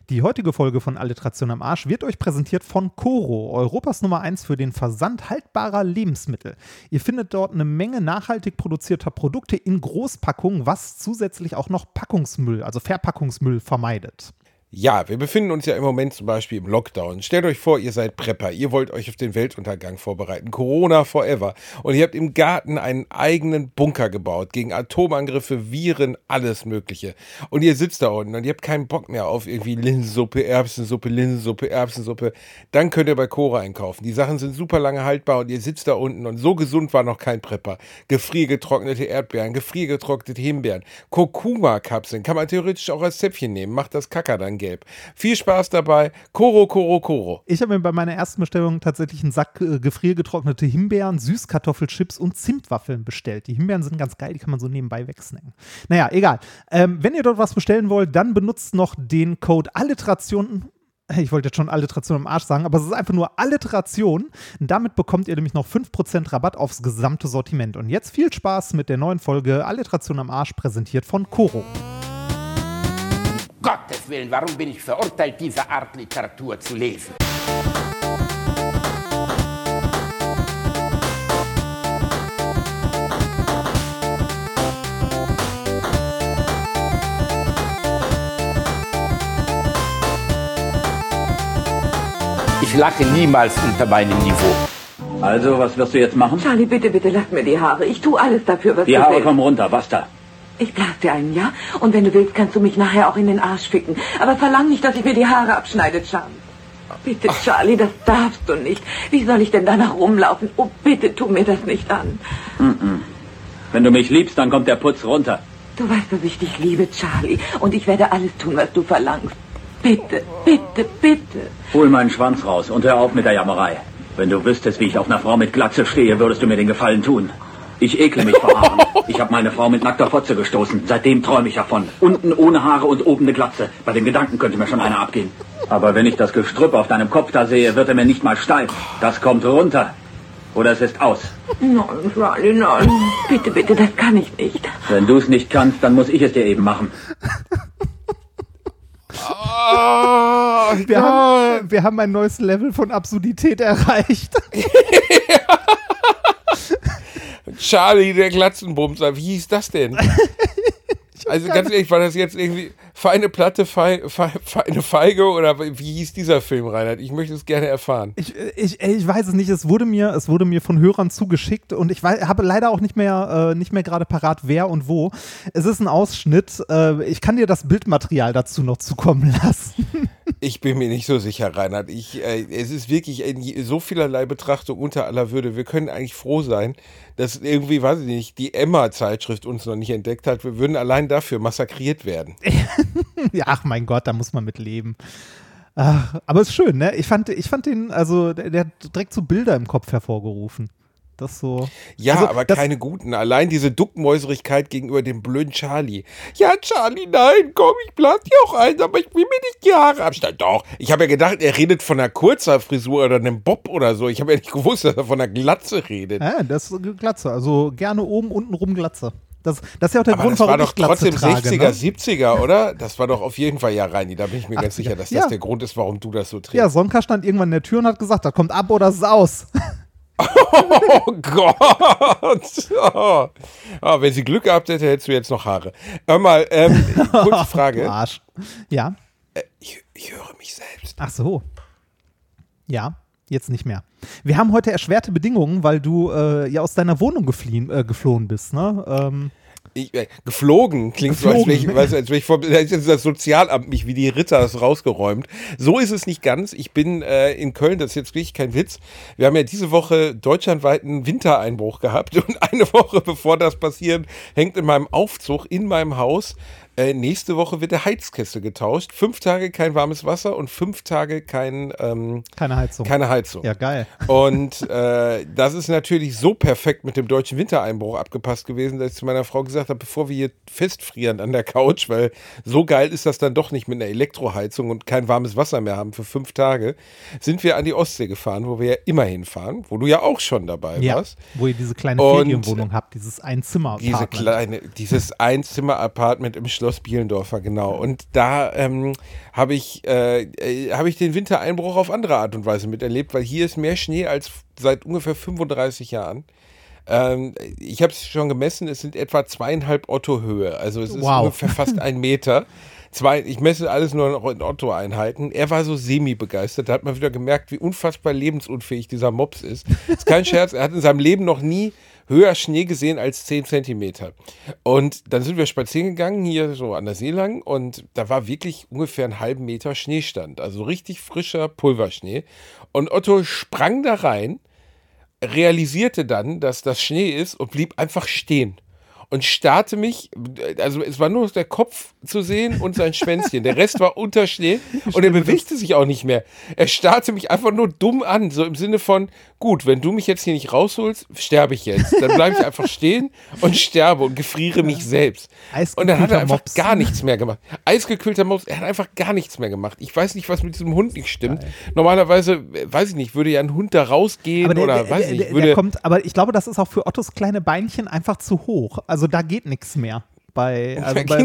Die heutige Folge von Alliteration am Arsch wird euch präsentiert von Coro, Europas Nummer 1 für den Versand haltbarer Lebensmittel. Ihr findet dort eine Menge nachhaltig produzierter Produkte in Großpackungen, was zusätzlich auch noch Packungsmüll, also Verpackungsmüll vermeidet. Ja, wir befinden uns ja im Moment zum Beispiel im Lockdown. Stellt euch vor, ihr seid Prepper, ihr wollt euch auf den Weltuntergang vorbereiten. Corona forever. Und ihr habt im Garten einen eigenen Bunker gebaut gegen Atomangriffe, Viren, alles Mögliche. Und ihr sitzt da unten und ihr habt keinen Bock mehr auf irgendwie Linsensuppe, Erbsensuppe. Dann könnt ihr bei Coro einkaufen. Die Sachen sind super lange haltbar und ihr sitzt da unten und so gesund war noch kein Prepper. Gefriergetrocknete Erdbeeren, gefriergetrocknete Himbeeren, Kurkuma-Kapseln kann man theoretisch auch als Zäpfchen nehmen. Macht das Kacker dann gelb. Viel Spaß dabei. Coro. Ich habe mir bei meiner ersten Bestellung tatsächlich einen Sack gefriergetrocknete Himbeeren, Süßkartoffelchips und Zimtwaffeln bestellt. Die Himbeeren sind ganz geil, die kann man so nebenbei wegsnacken. Naja, egal. Wenn ihr dort was bestellen wollt, dann benutzt noch den Code Alliteration. Ich wollte jetzt schon Alliteration am Arsch sagen, aber es ist einfach nur Alliteration. Damit bekommt ihr nämlich noch 5% Rabatt aufs gesamte Sortiment. Und jetzt viel Spaß mit der neuen Folge Alliteration am Arsch, präsentiert von Coro. Gottes Willen, warum bin ich verurteilt, diese Art Literatur zu lesen? Ich lache niemals unter meinem Niveau. Also, was wirst du jetzt machen? Charlie, bitte, lass mir die Haare. Ich tue alles dafür, was Die du Haare willst. kommen runter, basta. Ich blase dir einen, ja? Und wenn du willst, kannst du mich nachher auch in den Arsch ficken. Aber verlang nicht, dass ich mir die Haare abschneide, Charlie. Bitte, Charlie, das darfst du nicht. Wie soll ich denn danach rumlaufen? Oh, bitte, tu mir das nicht an. Wenn du mich liebst, dann kommt der Putz runter. Du weißt, dass ich dich liebe, Charlie. Und ich werde alles tun, was du verlangst. Bitte. Hol meinen Schwanz raus und hör auf mit der Jammerei. Wenn du wüsstest, wie ich auf einer Frau mit Glatze stehe, würdest du mir den Gefallen tun. Ich ekle mich vor Haaren. Ich habe meine Frau mit nackter Fotze gestoßen. Seitdem träume ich davon. Unten ohne Haare und oben eine Glatze. Bei dem Gedanken könnte mir schon einer abgehen. Aber wenn ich das Gestrüpp auf deinem Kopf da sehe, wird er mir nicht mal steif. Das kommt runter. Oder es ist aus. Nein, Charlie, nein. Bitte, das kann ich nicht. Wenn du es nicht kannst, dann muss ich es dir eben machen. Wir haben ein neues Level von Absurdität erreicht. Charlie, der Glatzenbumser, wie hieß das denn? Also ganz ehrlich, war das jetzt irgendwie feine Platte, feine Feige oder wie hieß dieser Film, Reinhard? Ich möchte es gerne erfahren. Ich weiß es nicht, es wurde mir von Hörern zugeschickt und ich habe leider auch nicht mehr gerade parat, wer und wo. Es ist ein Ausschnitt, ich kann dir das Bildmaterial dazu noch zukommen lassen. Ich bin mir nicht so sicher, Reinhard. Es ist wirklich in so vielerlei Betrachtung unter aller Würde. Wir können eigentlich froh sein, dass irgendwie, weiß ich nicht, die Emma-Zeitschrift uns noch nicht entdeckt hat. Wir würden allein dafür massakriert werden. Ja, ach mein Gott, da muss man mit leben. Ach, aber es ist schön, ne? Ich fand den, also der hat direkt so Bilder im Kopf hervorgerufen. Das so. Ja, also, aber keine guten. Allein diese Duckmäuserigkeit gegenüber dem blöden Charlie. Ja, Charlie, nein, komm, ich blase dir auch ein, aber ich will mir nicht die Haare abschneiden. Doch, ich habe ja gedacht, er redet von einer Kurzhaarfrisur oder einem Bob oder so. Ich habe ja nicht gewusst, dass er von einer Glatze redet. Ja, das ist Glatze. Also gerne oben, unten rum Glatze. Das ist ja auch der aber Grund, warum warum ich Glatze trage. Das war doch trotzdem 60er, ne? 70er, oder? Das war doch auf jeden Fall ja, Reini. Da bin ich mir ganz sicher, dass das ja. der Grund ist, warum du das so trägst. Ja, Sonka stand irgendwann in der Tür und hat gesagt, das kommt ab oder es ist aus. Oh Gott. Oh, wenn sie Glück gehabt hätte, hättest du jetzt noch Haare. Hör mal, kurze Frage. Du Arsch. Ja. Ich höre mich selbst. Ach so. Ja, jetzt nicht mehr. Wir haben heute erschwerte Bedingungen, weil du ja aus deiner Wohnung geflohen bist, ne? Geflogen klingt so, als wäre ich da ist jetzt das Sozialamt mich wie die Ritter rausgeräumt. So ist es nicht ganz. Ich bin in Köln, das ist jetzt wirklich kein Witz. Wir haben ja diese Woche deutschlandweit einen Wintereinbruch gehabt und eine Woche bevor das passiert, hängt in meinem Aufzug in meinem Haus. Nächste Woche wird der Heizkessel getauscht. 5 Tage kein warmes Wasser und 5 Tage keine Heizung. Keine Heizung. Ja, geil. Und das ist natürlich so perfekt mit dem deutschen Wintereinbruch abgepasst gewesen, dass ich zu meiner Frau gesagt habe, bevor wir hier festfrieren an der Couch, weil so geil ist das dann doch nicht mit einer Elektroheizung und kein warmes Wasser mehr haben für 5 Tage, sind wir an die Ostsee gefahren, wo wir ja immer hinfahren, wo du ja auch schon dabei warst. Wo ihr diese kleine Ferienwohnung habt, dieses Einzimmer-Apartment. Dieses Einzimmer-Apartment im Schlaf. Schloss Bielendorfer, genau. Und da habe ich den Wintereinbruch auf andere Art und Weise miterlebt, weil hier ist mehr Schnee als seit ungefähr 35 Jahren. Ich habe es schon gemessen, es sind etwa 2,5 Otto-Höhe. Also es ist ungefähr fast 1 Meter. Ich messe alles nur noch in Otto-Einheiten. Er war so semi-begeistert. Da hat man wieder gemerkt, wie unfassbar lebensunfähig dieser Mops ist. Das ist kein Scherz, er hat in seinem Leben noch nie höher Schnee gesehen als 10 Zentimeter. Und dann sind wir spazieren gegangen, hier so an der See lang. Und da war wirklich ungefähr einen halben Meter Schneestand. Also richtig frischer Pulverschnee. Und Otto sprang da rein, realisierte dann, dass das Schnee ist und blieb einfach stehen. Und starrte mich, also es war nur der Kopf zu sehen und sein Schwänzchen. Der Rest war unter Schnee und er bewegte sich auch nicht mehr. Er starrte mich einfach nur dumm an, so im Sinne von, gut, wenn du mich jetzt hier nicht rausholst, sterbe ich jetzt. Dann bleibe ich einfach stehen und sterbe und gefriere mich selbst. Und dann hat er einfach gar nichts mehr gemacht. Eisgekühlter Mops, er hat einfach gar nichts mehr gemacht. Ich weiß nicht, was mit diesem Hund nicht stimmt. Geil. Normalerweise, weiß ich nicht, würde ja ein Hund da rausgehen aber ich glaube, das ist auch für Ottos kleine Beinchen einfach zu hoch. Also da geht nichts mehr. Bei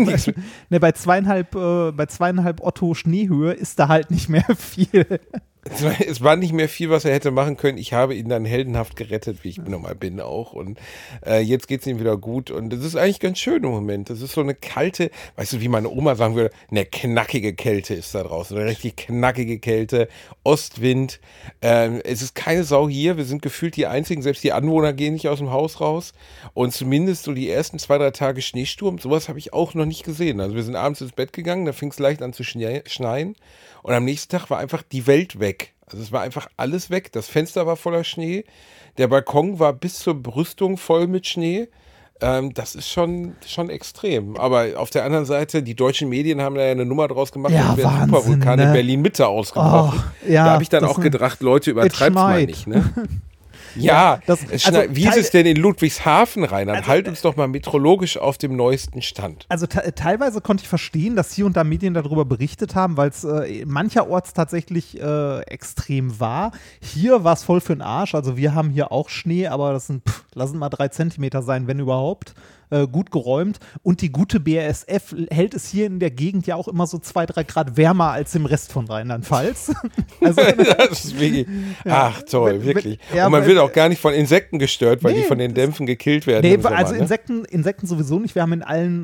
2,5 Otto Schneehöhe ist da halt nicht mehr viel. Es war nicht mehr viel, was er hätte machen können. Ich habe ihn dann heldenhaft gerettet, wie ich nochmal bin auch. Und jetzt geht es ihm wieder gut. Und das ist eigentlich ganz schön im Moment. Das ist so eine kalte, weißt du, wie meine Oma sagen würde, eine knackige Kälte ist da draußen. Eine richtig knackige Kälte. Ostwind. Es ist keine Sau hier. Wir sind gefühlt die Einzigen. Selbst die Anwohner gehen nicht aus dem Haus raus. Und zumindest so die ersten 2-3 Tage Schneesturm, sowas habe ich auch noch nicht gesehen. Also wir sind abends ins Bett gegangen, da fing es leicht an zu schneien. Und am nächsten Tag war einfach die Welt weg. Also es war einfach alles weg. Das Fenster war voller Schnee. Der Balkon war bis zur Brüstung voll mit Schnee. Das ist schon extrem. Aber auf der anderen Seite, die deutschen Medien haben da ja eine Nummer draus gemacht, ja, und ein Supervulkan in Berlin-Mitte ausgebrochen. Ja, da habe ich dann auch gedacht, Leute, übertreibt mal nicht. Ne? Ja, wie ist es denn in Ludwigshafen, Reinhard? Halt uns doch mal meteorologisch auf dem neuesten Stand. Also teilweise konnte ich verstehen, dass hier und da Medien darüber berichtet haben, weil es mancherorts tatsächlich extrem war. Hier war es voll für den Arsch. Also wir haben hier auch Schnee, aber das sind, lassen mal 3 Zentimeter sein, wenn überhaupt. Gut geräumt. Und die gute BASF hält es hier in der Gegend ja auch immer so 2-3 Grad wärmer als im Rest von Rheinland-Pfalz. Also, das ist wirklich, ach toll, wirklich. Und man wird auch gar nicht von Insekten gestört, weil die von den Dämpfen gekillt werden. Nee, also Insekten sowieso nicht. Wir haben in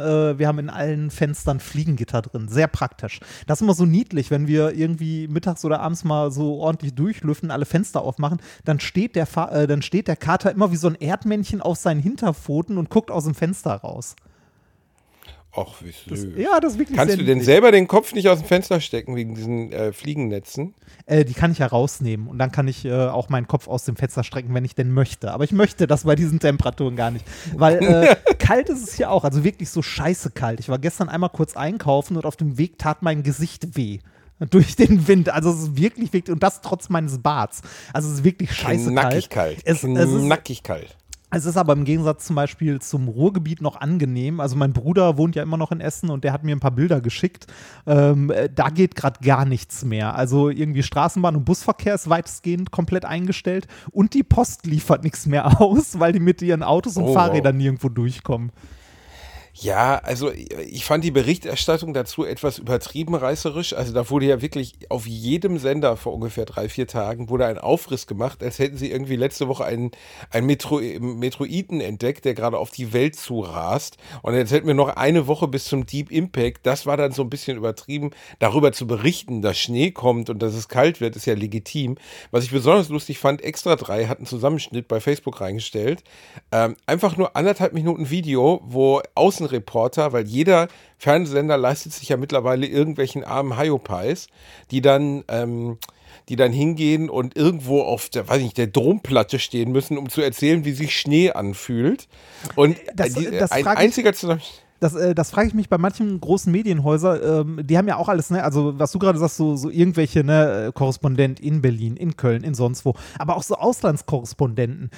allen Fenstern Fliegengitter drin. Sehr praktisch. Das ist immer so niedlich, wenn wir irgendwie mittags oder abends mal so ordentlich durchlüften, alle Fenster aufmachen, dann steht der Kater immer wie so ein Erdmännchen auf seinen Hinterpfoten und guckt aus dem Fenster raus. Ach, wie süß. Das ist wirklich Kannst du denn selber den Kopf nicht aus dem Fenster stecken wegen diesen Fliegennetzen? Die kann ich ja rausnehmen und dann kann ich auch meinen Kopf aus dem Fenster strecken, wenn ich denn möchte. Aber ich möchte das bei diesen Temperaturen gar nicht. Weil kalt ist es hier auch, also wirklich so scheiße kalt. Ich war gestern einmal kurz einkaufen und auf dem Weg tat mein Gesicht weh. Durch den Wind. Also es ist wirklich, und das trotz meines Bads. Also es ist wirklich scheiße kalt. Knackig kalt. Es ist aber im Gegensatz zum Beispiel zum Ruhrgebiet noch angenehm. Also mein Bruder wohnt ja immer noch in Essen und der hat mir ein paar Bilder geschickt. Da geht gerade gar nichts mehr. Also irgendwie Straßenbahn- und Busverkehr ist weitestgehend komplett eingestellt und die Post liefert nichts mehr aus, weil die mit ihren Autos und Fahrrädern nirgendwo durchkommen. Ja, also ich fand die Berichterstattung dazu etwas übertrieben reißerisch. Also da wurde ja wirklich auf jedem Sender vor ungefähr 3-4 Tagen wurde ein Aufriss gemacht, als hätten sie irgendwie letzte Woche einen Meteoriten entdeckt, der gerade auf die Welt zurast. Und jetzt hätten wir noch eine Woche bis zum Deep Impact. Das war dann so ein bisschen übertrieben. Darüber zu berichten, dass Schnee kommt und dass es kalt wird, ist ja legitim. Was ich besonders lustig fand, Extra 3 hat einen Zusammenschnitt bei Facebook reingestellt. Einfach nur 1,5 Minuten Video, wo Außenreporter, weil jeder Fernsehsender leistet sich ja mittlerweile irgendwelchen armen Hyopies, die dann hingehen und irgendwo auf der, weiß ich nicht, der Domplatte stehen müssen, um zu erzählen, wie sich Schnee anfühlt. Und ein einziger Zusammenschnitt. Das frage ich mich bei manchen großen Medienhäusern, die haben ja auch alles, ne, also was du gerade sagst, so irgendwelche, ne, Korrespondent in Berlin, in Köln, in sonst wo, aber auch so Auslandskorrespondenten.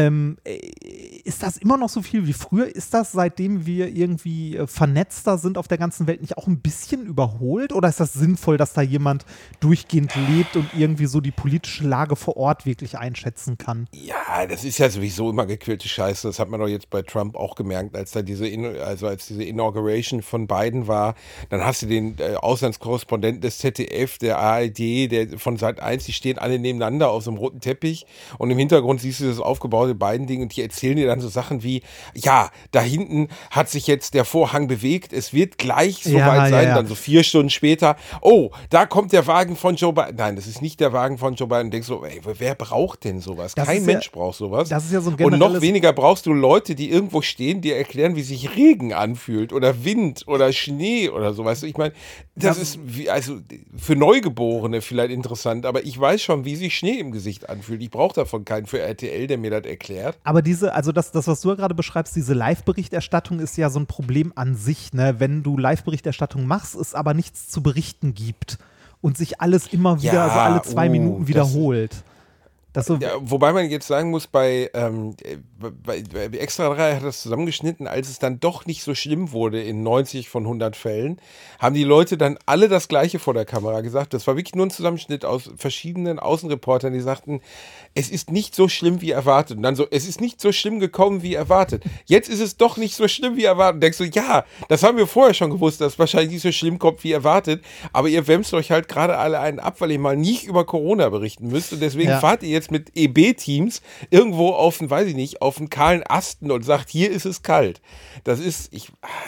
Ist das immer noch so viel wie früher? Ist das, seitdem wir irgendwie vernetzter sind auf der ganzen Welt, nicht auch ein bisschen überholt? Oder ist das sinnvoll, dass da jemand durchgehend lebt und irgendwie so die politische Lage vor Ort wirklich einschätzen kann? Ja, das ist ja sowieso immer gequälte Scheiße. Das hat man doch jetzt bei Trump auch gemerkt, als diese der Inauguration von Biden war. Dann hast du den Auslandskorrespondenten des ZDF, der ARD, der von Sat 1, die stehen alle nebeneinander auf so einem roten Teppich und im Hintergrund siehst du das aufgebaute Biden-Ding und die erzählen dir dann so Sachen wie, ja, da hinten hat sich jetzt der Vorhang bewegt, es wird gleich soweit sein, dann so 4 Stunden später, oh, da kommt der Wagen von Joe Biden. Nein, das ist nicht der Wagen von Joe Biden. Und denkst so, ey, wer braucht denn sowas? Kein Mensch braucht sowas. Das ist ja so ein und noch weniger brauchst du Leute, die irgendwo stehen, die erklären, wie sich Regen anfühlt oder Wind oder Schnee oder sowas. Ich meine, das ist also für Neugeborene vielleicht interessant, aber ich weiß schon, wie sich Schnee im Gesicht anfühlt. Ich brauche davon keinen für RTL, der mir das erklärt. Aber das, was du gerade beschreibst, diese Live-Berichterstattung ist ja so ein Problem an sich, ne? Wenn du Live-Berichterstattung machst, es aber nichts zu berichten gibt und sich alles immer wieder, also alle 2 Minuten wiederholt. Wobei man jetzt sagen muss, bei Extra 3 hat das zusammengeschnitten, als es dann doch nicht so schlimm wurde in 90 von 100 Fällen, haben die Leute dann alle das Gleiche vor der Kamera gesagt. Das war wirklich nur ein Zusammenschnitt aus verschiedenen Außenreportern, die sagten, es ist nicht so schlimm wie erwartet. Und dann so, es ist nicht so schlimm gekommen wie erwartet. Jetzt ist es doch nicht so schlimm wie erwartet. Und denkst du, ja, das haben wir vorher schon gewusst, dass es wahrscheinlich nicht so schlimm kommt wie erwartet. Aber ihr wämst euch halt gerade alle einen ab, weil ihr mal nicht über Corona berichten müsst. Und deswegen fahrt ihr jetzt mit EB-Teams irgendwo auf einen, weiß ich nicht, auf einen kahlen Asten und sagt, hier ist es kalt. Das ist, ich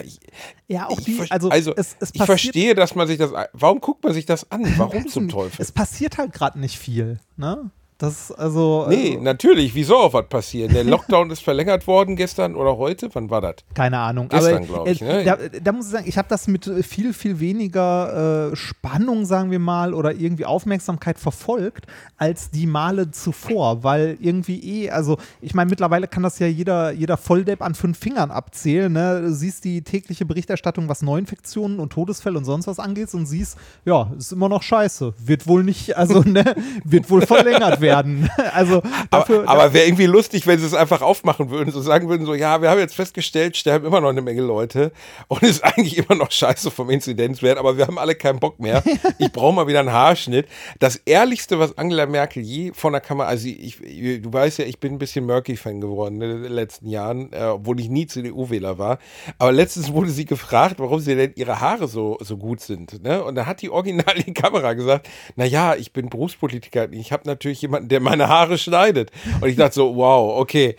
verstehe, dass man sich das, warum guckt man sich das an? Warum zum Teufel? Es passiert halt gerade nicht viel, ne? Das also. Nee, natürlich. Wie soll auch was passieren? Der Lockdown ist verlängert worden gestern oder heute? Wann war das? Keine Ahnung. Gestern, glaube ich. Ne? Da muss ich sagen, ich habe das mit viel, viel weniger Spannung, sagen wir mal, oder irgendwie Aufmerksamkeit verfolgt, als die Male zuvor. Weil irgendwie also ich meine, mittlerweile kann das ja jeder Volldepp an 5 Fingern abzählen. Ne? Du siehst die tägliche Berichterstattung, was Neuinfektionen und Todesfälle und sonst was angeht und siehst, ja, ist immer noch scheiße. Wird wohl nicht, also, ne, wird wohl verlängert werden. Also aber wäre irgendwie lustig, wenn sie es einfach aufmachen würden, so sagen würden, so, ja, wir haben jetzt festgestellt, sterben immer noch eine Menge Leute und ist eigentlich immer noch scheiße vom Inzidenzwert, aber wir haben alle keinen Bock mehr. Ich brauche mal wieder einen Haarschnitt. Das Ehrlichste, was Angela Merkel je von der Kamera, also du weißt ja, ich bin ein bisschen Murky-Fan geworden in den letzten Jahren, obwohl ich nie CDU-Wähler war, aber letztens wurde sie gefragt, warum sie denn ihre Haare so gut sind, ne? Und da hat die original in die Kamera gesagt, naja, ich bin Berufspolitiker, ich habe natürlich jemanden, der meine Haare schneidet. Und ich dachte so, wow, okay,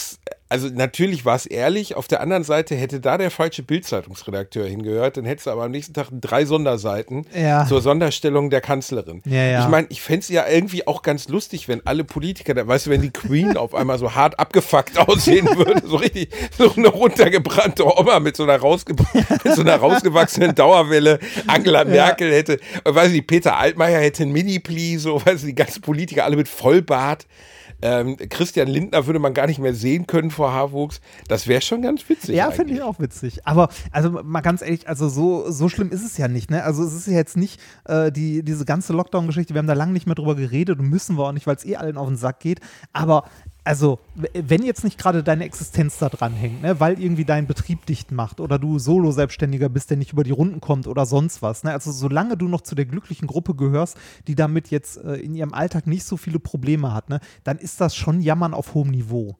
also natürlich war es ehrlich, auf der anderen Seite hätte da der falsche Bild-Zeitungsredakteur hingehört, dann hättest du aber am nächsten Tag 3 Sonderseiten zur Sonderstellung der Kanzlerin. Ja. Ich meine, ich fände es ja irgendwie auch ganz lustig, wenn alle Politiker, weißt du, wenn die Queen auf einmal so hart abgefuckt aussehen würde, so richtig, so eine runtergebrannte Oma mit so einer rausgewachsenen Dauerwelle, Angela Merkel hätte, weiß ich, Peter Altmaier hätte ein Mini-Pli, so, weißt du, die ganzen Politiker alle mit Vollbart. Christian Lindner würde man gar nicht mehr sehen können vor Haarwuchs. Das wäre schon ganz witzig. Ja, finde ich auch witzig. Aber also mal ganz ehrlich, also so schlimm ist es ja nicht. Ne? Also es ist ja jetzt nicht diese ganze Lockdown-Geschichte, wir haben da lange nicht mehr drüber geredet und müssen wir auch nicht, weil es allen auf den Sack geht. Aber also, wenn jetzt nicht gerade deine Existenz da dran hängt, ne, weil irgendwie dein Betrieb dicht macht oder du Solo-Selbstständiger bist, der nicht über die Runden kommt oder sonst was, ne, also solange du noch zu der glücklichen Gruppe gehörst, die damit jetzt in ihrem Alltag nicht so viele Probleme hat, ne, dann ist das schon Jammern auf hohem Niveau.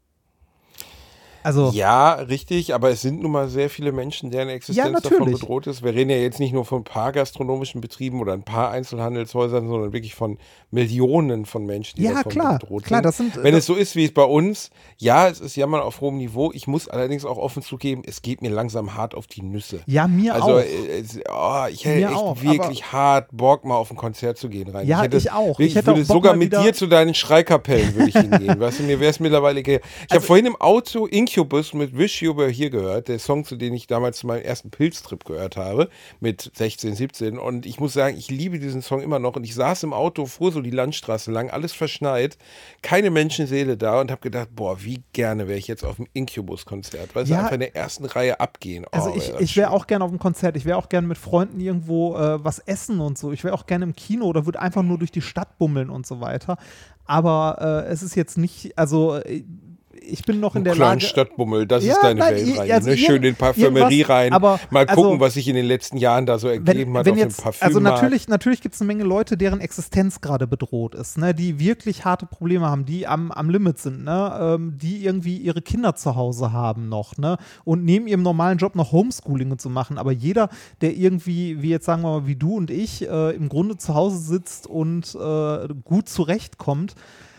Also, ja, richtig, aber es sind nun mal sehr viele Menschen, deren Existenz davon bedroht ist. Wir reden ja jetzt nicht nur von ein paar gastronomischen Betrieben oder ein paar Einzelhandelshäusern, sondern wirklich von Millionen von Menschen, die davon bedroht sind. Das sind, wenn es so ist wie es bei uns, ja, es ist Jammern auf hohem Niveau. Ich muss allerdings auch offen zugeben, es geht mir langsam hart auf die Nüsse. Ja, mir also, auch. Ich hätte echt wirklich hart Bock, mal auf ein Konzert zu gehen rein. Ja, ich auch. Ich würde sogar mit dir zu deinen Schreikapellen würde ich hingehen. Weißt du, mir wäre es mittlerweile Ich habe vorhin im Auto Incubus mit Wish You Were Here gehört, der Song, zu dem ich damals zu meinem ersten Pilztrip gehört habe, mit 16, 17. Und ich muss sagen, ich liebe diesen Song immer noch. Und ich saß im Auto, fuhr so die Landstraße lang, alles verschneit, keine Menschenseele da und habe gedacht, boah, wie gerne wäre ich jetzt auf dem Incubus-Konzert, weil sie einfach in der ersten Reihe abgehen. Also ich wäre auch gerne auf dem Konzert, ich wäre auch gerne mit Freunden irgendwo was essen und so. Ich wäre auch gerne im Kino oder würde einfach nur durch die Stadt bummeln und so weiter. Aber es ist jetzt nicht, also ich bin noch in der Lage. Stadtbummel, das ist deine Wellenreihe. Also schön in Parfümerie rein. Aber, mal gucken, was sich in den letzten Jahren da so ergeben hat auf dem Parfümmarkt. Also natürlich gibt es eine Menge Leute, deren Existenz gerade bedroht ist, ne, die wirklich harte Probleme haben, die am Limit sind, ne, die irgendwie ihre Kinder zu Hause haben noch, ne, und neben ihrem normalen Job noch Homeschooling und so machen. Aber jeder, der irgendwie, wie jetzt sagen wir mal, wie du und ich, im Grunde zu Hause sitzt und gut zurechtkommt,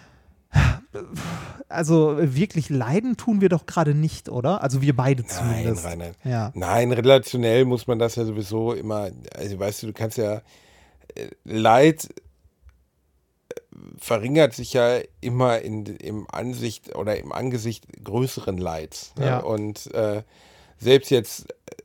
also wirklich leiden tun wir doch gerade nicht, oder? Also wir beide zumindest. Nein. Ja. Nein, relationell muss man das ja sowieso immer, also weißt du kannst ja, Leid verringert sich ja immer im Angesicht größeren Leids. Ne? Ja. Und selbst jetzt,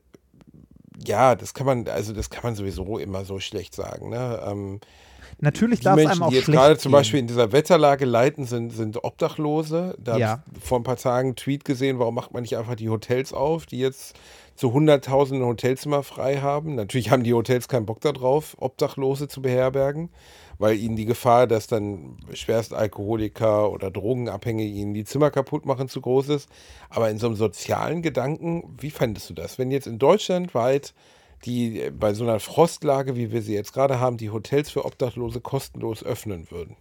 das kann man sowieso immer so schlecht sagen, ne? Natürlich die darf es Menschen, einem auch die jetzt schlecht gerade zum gehen. Beispiel in dieser Wetterlage leiden, sind Obdachlose. Da habe ich vor ein paar Tagen einen Tweet gesehen, warum macht man nicht einfach die Hotels auf, die jetzt zu Hunderttausenden Hotelzimmer frei haben. Natürlich haben die Hotels keinen Bock darauf, Obdachlose zu beherbergen, weil ihnen die Gefahr, dass dann Schwerstalkoholiker oder Drogenabhängige ihnen die Zimmer kaputt machen, zu groß ist. Aber in so einem sozialen Gedanken, wie fändest du das, wenn jetzt in Deutschland weit die bei so einer Frostlage, wie wir sie jetzt gerade haben, die Hotels für Obdachlose kostenlos öffnen würden?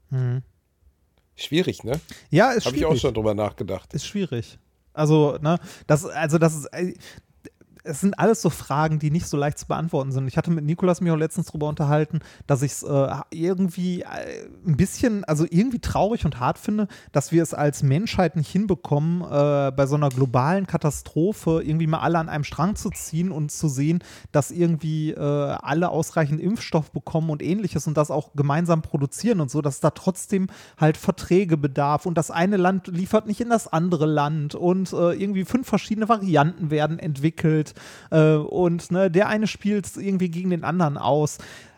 Schwierig, ne? Ja, ist schwierig. Habe ich auch schon drüber nachgedacht. Ist schwierig. Also, ne, das ist, es sind alles so Fragen, die nicht so leicht zu beantworten sind. Ich hatte mit Nikolas mich auch letztens drüber unterhalten, dass ich es irgendwie ein bisschen, also irgendwie traurig und hart finde, dass wir es als Menschheit nicht hinbekommen, bei so einer globalen Katastrophe irgendwie mal alle an einem Strang zu ziehen und zu sehen, dass irgendwie alle ausreichend Impfstoff bekommen und ähnliches und das auch gemeinsam produzieren und so, dass da trotzdem halt Verträge bedarf und das eine Land liefert nicht in das andere Land und irgendwie 5 verschiedene Varianten werden entwickelt. Und ne, der eine spielt irgendwie gegen den anderen aus.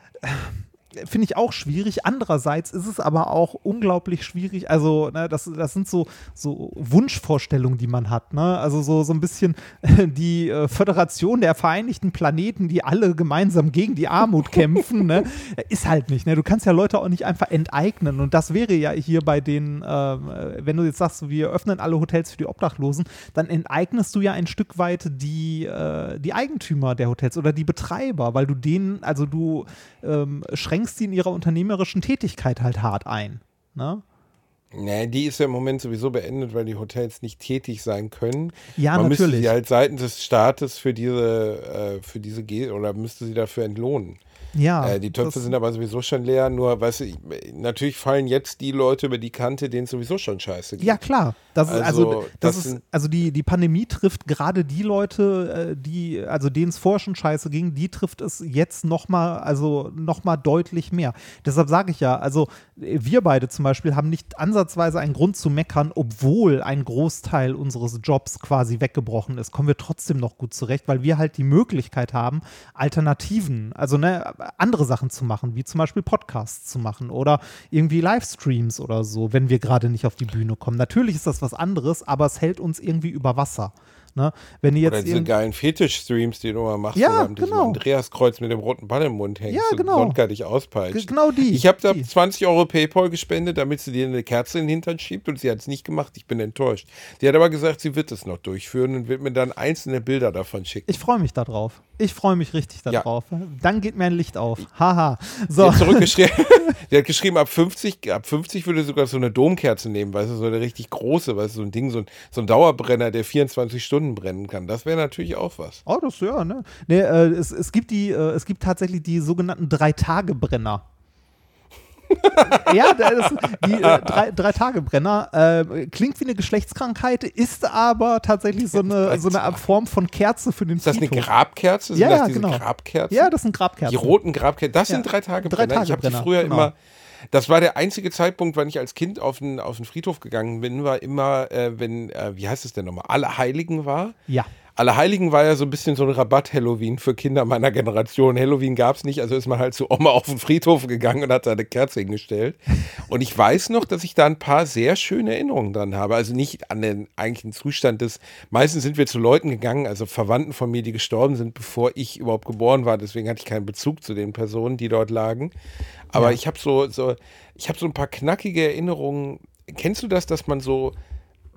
Finde ich auch schwierig. Andererseits ist es aber auch unglaublich schwierig. Also, ne, das sind so Wunschvorstellungen, die man hat. Ne? Also so ein bisschen die Föderation der Vereinigten Planeten, die alle gemeinsam gegen die Armut kämpfen. Ne? Ist halt nicht. Ne? Du kannst ja Leute auch nicht einfach enteignen. Und das wäre ja hier bei den, wenn du jetzt sagst, wir öffnen alle Hotels für die Obdachlosen, dann enteignest du ja ein Stück weit die Eigentümer der Hotels oder die Betreiber, weil du denen, also du schränkst die in ihrer unternehmerischen Tätigkeit halt hart ein. Ne? Nee, die ist ja im Moment sowieso beendet, weil die Hotels nicht tätig sein können. Ja, Man natürlich. müsste sie halt seitens des Staates für diese oder müsste sie dafür entlohnen. Ja, die Töpfe sind aber sowieso schon leer, nur, weißt du, natürlich fallen jetzt die Leute über die Kante, denen es sowieso schon scheiße geht. Ja, klar. Die Pandemie trifft gerade die Leute, denen es vorher schon scheiße ging, die trifft es jetzt noch mal deutlich mehr. Deshalb sage ich ja, also wir beide zum Beispiel haben nicht ansatzweise einen Grund zu meckern, obwohl ein Großteil unseres Jobs quasi weggebrochen ist, kommen wir trotzdem noch gut zurecht, weil wir halt die Möglichkeit haben, Alternativen, also andere Sachen zu machen, wie zum Beispiel Podcasts zu machen oder irgendwie Livestreams oder so, wenn wir gerade nicht auf die Bühne kommen. Natürlich ist das was anderes, aber es hält uns irgendwie über Wasser. Ne? Wenn jetzt oder diese geilen Fetisch-Streams, die du mal machst, ja, oder mit diesem Andreaskreuz mit dem roten Ball im Mund hängst ja, genau. und Wodka dich auspeitscht. Genau die. Ich habe da 20 € PayPal gespendet, damit sie dir eine Kerze in den Hintern schiebt und sie hat es nicht gemacht. Ich bin enttäuscht. Die hat aber gesagt, sie wird es noch durchführen und wird mir dann einzelne Bilder davon schicken. Ich freue mich darauf. Ich freue mich richtig darauf. Ja. Dann geht mir ein Licht auf. Haha. So. Die hat geschrieben, ab 50 würde sogar so eine Domkerze nehmen, weißt du, so eine richtig große, weißt du, so ein Ding, so ein Dauerbrenner, der 24 Stunden brennen kann. Das wäre natürlich auch was. Oh, das ja, ne? Nee, es gibt tatsächlich die sogenannten 3-Tage-Brenner. Ja, die 3-Tage-Brenner klingt wie eine Geschlechtskrankheit, ist aber tatsächlich so eine Form von Kerze für den Friedhof. Ist das eine Grabkerze? Ja, das diese genau. Grabkerzen? Ja, das sind Grabkerzen. Die roten Grabkerzen, das sind 3-Tage-Brenner. Ich habe die früher immer, das war der einzige Zeitpunkt, wann ich als Kind auf den Friedhof gegangen bin, war immer, wenn, wie heißt es denn nochmal, Allerheiligen war. Ja. Allerheiligen war ja so ein bisschen so ein Rabatt-Halloween für Kinder meiner Generation. Halloween gab es nicht, also ist man halt zu Oma auf den Friedhof gegangen und hat da eine Kerze hingestellt. Und ich weiß noch, dass ich da ein paar sehr schöne Erinnerungen dran habe. Also nicht an den eigentlichen Zustand meistens sind wir zu Leuten gegangen, also Verwandten von mir, die gestorben sind, bevor ich überhaupt geboren war. Deswegen hatte ich keinen Bezug zu den Personen, die dort lagen. Aber ich habe so ein paar knackige Erinnerungen. Kennst du das, dass man so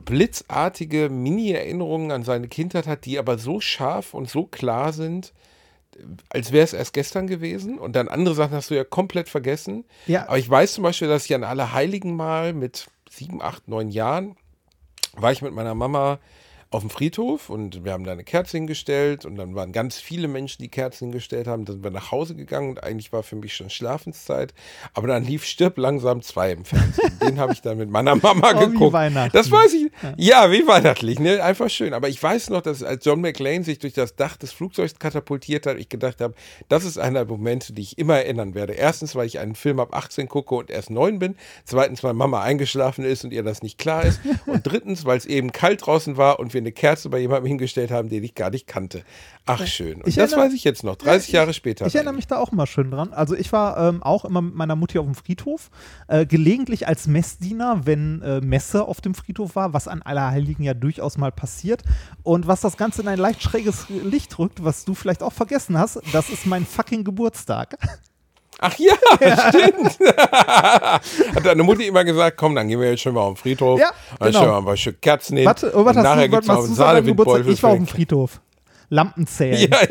blitzartige Mini-Erinnerungen an seine Kindheit hat, die aber so scharf und so klar sind, als wäre es erst gestern gewesen. Und dann andere Sachen hast du ja komplett vergessen. Ja. Aber ich weiß zum Beispiel, dass ich an Allerheiligen mal mit 7, 8, 9 Jahren war ich mit meiner Mama auf dem Friedhof und wir haben da eine Kerze hingestellt und dann waren ganz viele Menschen, die Kerzen hingestellt haben. Dann sind wir nach Hause gegangen und eigentlich war für mich schon Schlafenszeit. Aber dann lief Stirb langsam 2 im Fernsehen. Den habe ich dann mit meiner Mama geguckt. Wie Weihnachten. Das weiß ich. Ja, wie weihnachtlich. Ne? Einfach schön. Aber ich weiß noch, dass als John McClane sich durch das Dach des Flugzeugs katapultiert hat, ich gedacht habe, das ist einer der Momente, die ich immer erinnern werde. Erstens, weil ich einen Film ab 18 gucke und erst 9 bin. Zweitens, weil Mama eingeschlafen ist und ihr das nicht klar ist. Und drittens, weil es eben kalt draußen war und wir eine Kerze bei jemandem hingestellt haben, den ich gar nicht kannte. Ach, schön. Und das weiß ich jetzt noch, 30 Jahre später. Ich erinnere mich da auch immer schön dran. Also ich war auch immer mit meiner Mutti auf dem Friedhof, gelegentlich als Messdiener, wenn Messe auf dem Friedhof war, was an Allerheiligen ja durchaus mal passiert. Und was das Ganze in ein leicht schräges Licht rückt, was du vielleicht auch vergessen hast, das ist mein fucking Geburtstag. Ach ja, stimmt. Hat deine Mutti immer gesagt, komm, dann gehen wir jetzt schon mal auf den Friedhof. Ja, und dann stellen wir mal ein Stück Kerzen hin. Warte, und nachher gibt es noch einen Sahnewindbeutel. Ich war auf dem Friedhof. Lampen zählen. Ja,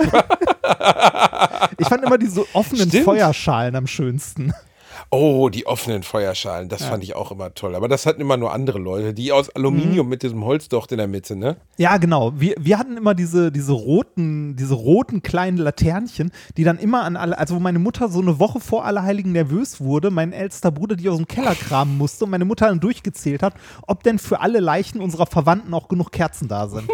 ich fand immer diese offenen Stimmt. Feuerschalen am schönsten. Oh, die offenen Feuerschalen, das fand ich auch immer toll. Aber das hatten immer nur andere Leute, die aus Aluminium mit diesem Holzdocht in der Mitte, ne? Ja, genau. Wir hatten immer diese roten kleinen Laternchen, die dann immer an alle, also wo meine Mutter so eine Woche vor Allerheiligen nervös wurde, mein ältester Bruder die aus dem Keller kramen musste und meine Mutter dann durchgezählt hat, ob denn für alle Leichen unserer Verwandten auch genug Kerzen da sind.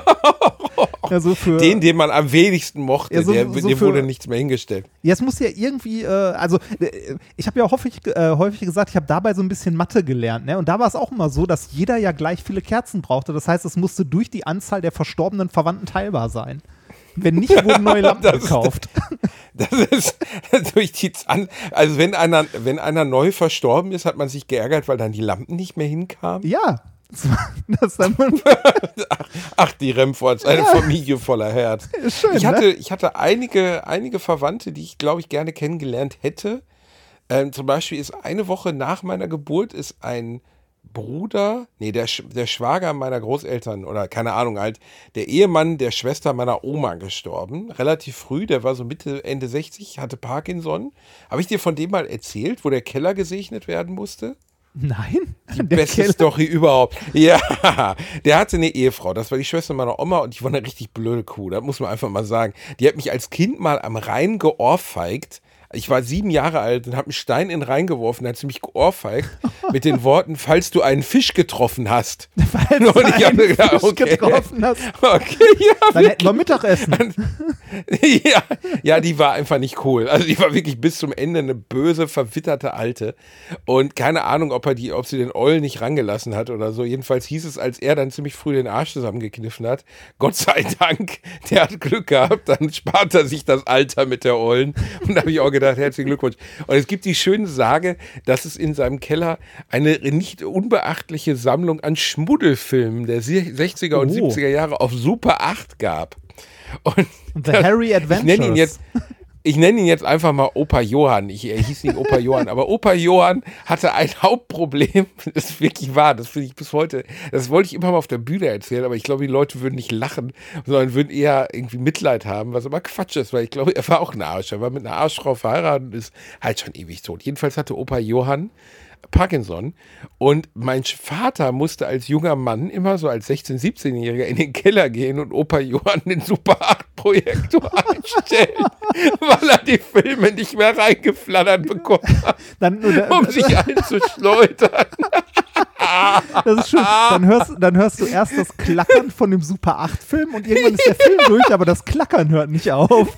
Ja, so für, den man am wenigsten mochte, Ja, dem wurde nichts mehr hingestellt. Ja, es muss ja irgendwie, ich habe ja häufig gesagt, ich habe dabei so ein bisschen Mathe gelernt, ne? Und da war es auch immer so, dass jeder ja gleich viele Kerzen brauchte. Das heißt, es musste durch die Anzahl der verstorbenen Verwandten teilbar sein. Wenn nicht, wurden neue Lampen gekauft. Das ist durch die also wenn einer neu verstorben ist, hat man sich geärgert, weil dann die Lampen nicht mehr hinkamen. Ja. Ach, die Remfords, eine Familie voller Herz. Schön, ich hatte einige Verwandte, die ich, glaube ich, gerne kennengelernt hätte. Zum Beispiel ist eine Woche nach meiner Geburt ist ein Bruder, der Schwager meiner Großeltern oder keine Ahnung halt, der Ehemann der Schwester meiner Oma gestorben. Relativ früh, der war so Mitte, Ende 60, hatte Parkinson. Habe ich dir von dem mal erzählt, wo der Keller gesegnet werden musste? Nein. Die beste Story überhaupt. Ja, der hatte eine Ehefrau. Das war die Schwester meiner Oma und die war eine richtig blöde Kuh. Das muss man einfach mal sagen. Die hat mich als Kind mal am Rhein geohrfeigt. Ich war 7 Jahre alt und habe einen Stein in den Rhein geworfen, da hat sie mich geohrfeigt mit den Worten, falls du einen Fisch getroffen hast. Falls du einen Fisch getroffen hast. Okay, ja, dann hätten wir Mittagessen. Ja, die war einfach nicht cool. Also die war wirklich bis zum Ende eine böse, verwitterte Alte. Und keine Ahnung, ob sie den Eulen nicht rangelassen hat oder so. Jedenfalls hieß es, als er dann ziemlich früh den Arsch zusammengekniffen hat, Gott sei Dank, der hat Glück gehabt, dann spart er sich das Alter mit der Eulen. Und da habe ich auch gedacht, herzlichen Glückwunsch. Und es gibt die schöne Sage, dass es in seinem Keller eine nicht unbeachtliche Sammlung an Schmuddelfilmen der 60er und 70er Jahre auf Super 8 gab. Und The Harry Adventures. Ich nenne ihn jetzt einfach mal Opa Johann. Er hieß nicht Opa Johann, aber Opa Johann hatte ein Hauptproblem. Das ist wirklich wahr, das finde ich bis heute. Das wollte ich immer mal auf der Bühne erzählen, aber ich glaube, die Leute würden nicht lachen, sondern würden eher irgendwie Mitleid haben, was aber Quatsch ist, weil ich glaube, er war auch ein Arsch. Er war mit einer Arschfrau verheiratet und ist halt schon ewig tot. Jedenfalls hatte Opa Johann Parkinson und mein Vater musste als junger Mann immer so als 16-, 17-Jähriger in den Keller gehen und Opa Johann den Super 8 Projektor einstellen, weil er die Filme nicht mehr reingeflattert bekommen hat, um sich einzuschleudern. Das ist schön. Dann hörst du erst das Klackern von dem Super 8 Film und irgendwann ist der Film durch, aber das Klackern hört nicht auf.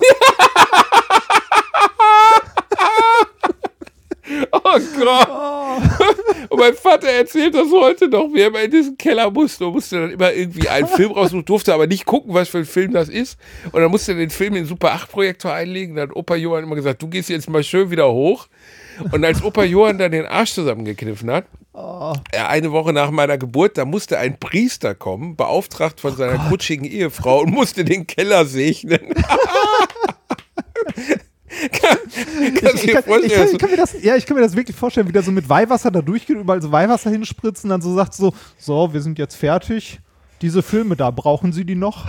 Oh Gott. Und mein Vater erzählt das heute noch, wie er immer in diesen Keller musste. Und musste dann immer irgendwie einen Film raussuchen, durfte aber nicht gucken, was für ein Film das ist. Und dann musste er den Film in den Super 8 Projektor einlegen. Dann hat Opa Johann immer gesagt, du gehst jetzt mal schön wieder hoch. Und als Opa Johann dann den Arsch zusammengekniffen hat, eine Woche nach meiner Geburt, da musste ein Priester kommen, beauftragt von seiner kutschigen Ehefrau und musste den Keller segnen. Kannst du dir vorstellen? Ich kann mir das wirklich vorstellen, wie der so mit Weihwasser da durchgeht, überall so Weihwasser hinspritzt und dann so sagt so, wir sind jetzt fertig. Diese Filme da, brauchen Sie die noch?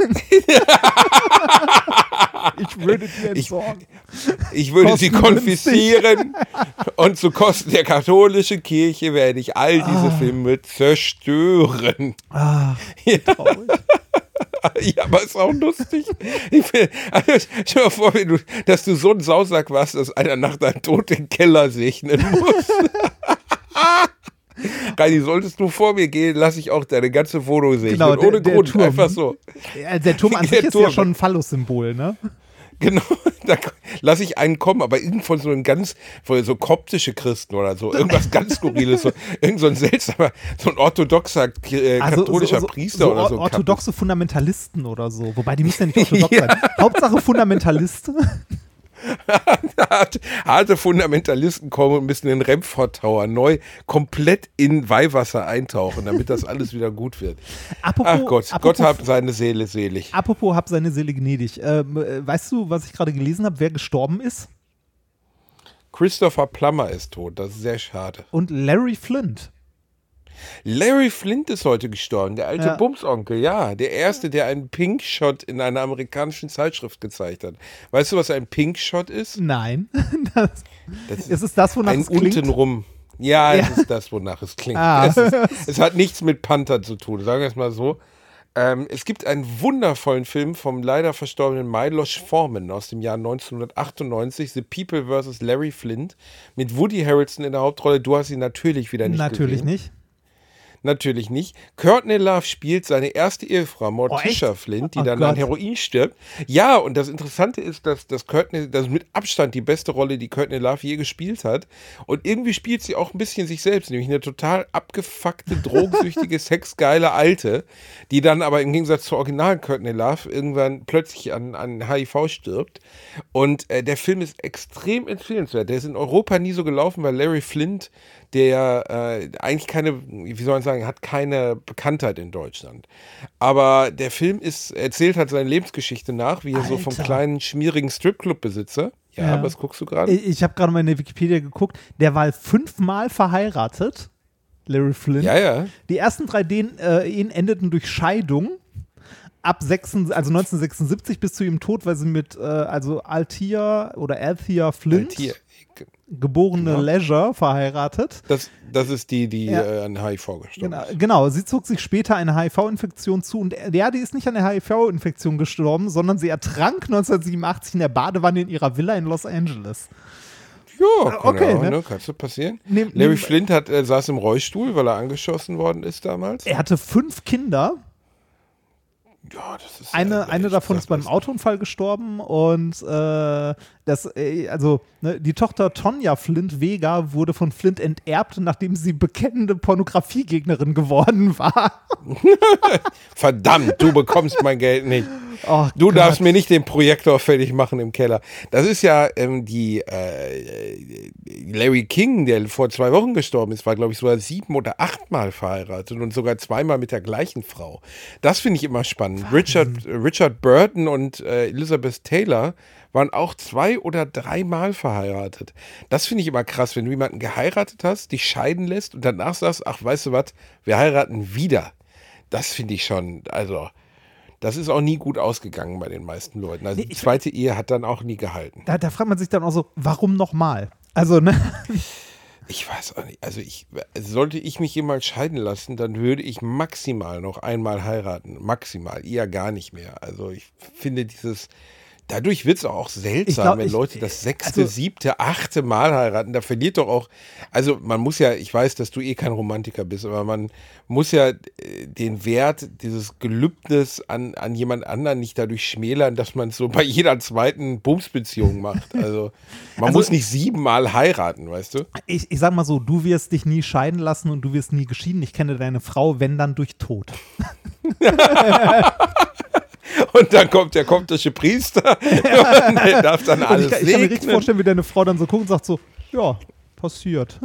Ich würde die entsorgen. Ich würde sie konfiszieren und zu Kosten der katholischen Kirche werde ich all diese Filme zerstören. Traurig. Ja, aber ist auch lustig. Stell dir mal vor, dass du so ein Sausack warst, dass einer nach deinem Tod den Keller segnen muss. Reini, solltest du vor mir gehen, lasse ich auch deine ganze Wohnung segnen. Genau, ohne Grund, Turm. einfach so. Ja, der Turm an sich ist ja schon ein Phallus-Symbol, ne? Genau, da lasse ich einen kommen, aber irgend von so einem von so koptische Christen oder so, irgendwas ganz Skurriles, irgend so ein seltsamer, so ein orthodoxer katholischer Priester oder so. Orthodoxe Fundamentalisten oder so, wobei die müssen ja nicht orthodox sein. Hauptsache Fundamentalist. Harte Fundamentalisten kommen und müssen den Remford Tower neu komplett in Weihwasser eintauchen, damit das alles wieder gut wird. Gott hab seine Seele selig. Apropos hab seine Seele gnädig. Weißt du, was ich gerade gelesen habe, wer gestorben ist? Christopher Plummer ist tot, das ist sehr schade. Und Larry Flint. Larry Flint ist heute gestorben, der alte Bumsonkel, ja. Der Erste, der einen Pink Shot in einer amerikanischen Zeitschrift gezeigt hat. Weißt du, was ein Pink Shot ist? Nein. Ist es das, wonach es klingt? Untenrum. Ja, es ist das, wonach es klingt. Es hat nichts mit Panther zu tun, sagen wir es mal so. Es gibt einen wundervollen Film vom leider verstorbenen Milos Forman aus dem Jahr 1998, The People vs. Larry Flint, mit Woody Harrelson in der Hauptrolle. Du hast ihn natürlich wieder nicht gesehen. Natürlich nicht. Courtney Love spielt seine erste Ehefrau, Morticia Flint, die dann an Heroin stirbt. Ja, und das Interessante ist, dass Courtney, das ist mit Abstand die beste Rolle, die Courtney Love je gespielt hat. Und irgendwie spielt sie auch ein bisschen sich selbst, nämlich eine total abgefuckte, drogensüchtige, sexgeile Alte, die dann aber im Gegensatz zur originalen Courtney Love irgendwann plötzlich an HIV stirbt. Und der Film ist extrem empfehlenswert. Der ist in Europa nie so gelaufen, weil Larry Flint, der eigentlich hat keine Bekanntheit in Deutschland. Aber der Film erzählt halt seine Lebensgeschichte nach, wie er so vom kleinen, schmierigen Stripclub-Besitzer. Ja, was guckst du gerade? Ich habe gerade mal in der Wikipedia geguckt. Der war 5-mal verheiratet, Larry Flint. Ja. Die ersten 3 Ehen endeten durch Scheidung. Ab 1976 bis zu ihrem Tod, weil sie mit Althea Flint, geborene Leisure, verheiratet. Das ist die an HIV gestorben ist. Genau, sie zog sich später eine HIV-Infektion zu und die ist nicht an der HIV-Infektion gestorben, sondern sie ertrank 1987 in der Badewanne in ihrer Villa in Los Angeles. Ja, kannst du passieren. Larry Flint saß im Rollstuhl, weil er angeschossen worden ist damals. Er hatte 5 Kinder. Ja, das ist eine davon ist beim Autounfall gestorben und die Tochter Tonya Flint Vega wurde von Flint enterbt, nachdem sie bekennende Pornografiegegnerin geworden war. Verdammt, du bekommst mein Geld nicht. Oh, du darfst mir nicht den Projektor fertig machen im Keller. Das ist ja die Larry King, der vor 2 Wochen gestorben ist, war glaube ich sogar 7 oder 8 Mal verheiratet und sogar 2-mal mit der gleichen Frau. Das finde ich immer spannend. Richard Burton und Elizabeth Taylor waren auch 2 oder 3 Mal verheiratet. Das finde ich immer krass, wenn du jemanden geheiratet hast, dich scheiden lässt und danach sagst, ach, weißt du was, wir heiraten wieder. Das finde ich schon, also das ist auch nie gut ausgegangen bei den meisten Leuten. Also die zweite Ehe hat dann auch nie gehalten. Da fragt man sich dann auch so, warum nochmal? Also, ne? Ich weiß auch nicht. Also sollte ich mich jemals scheiden lassen, dann würde ich maximal noch einmal heiraten. Maximal, eher gar nicht mehr. Also ich finde dadurch wird es auch seltsam, wenn Leute das 6., 7., 8. Mal heiraten. Da verliert doch auch, also man muss ja, ich weiß, dass du kein Romantiker bist, aber man muss ja den Wert dieses Gelübdes an jemand anderen nicht dadurch schmälern, dass man es so bei jeder zweiten Bumsbeziehung macht. Also man muss nicht 7 Mal heiraten, weißt du? Ich sag mal so, du wirst dich nie scheiden lassen und du wirst nie geschieden. Ich kenne deine Frau, wenn dann durch Tod. Und dann kommt der koptische Priester und der darf dann alles segnen. Ich kann mir richtig vorstellen, wie deine Frau dann so guckt und sagt so, ja, passiert.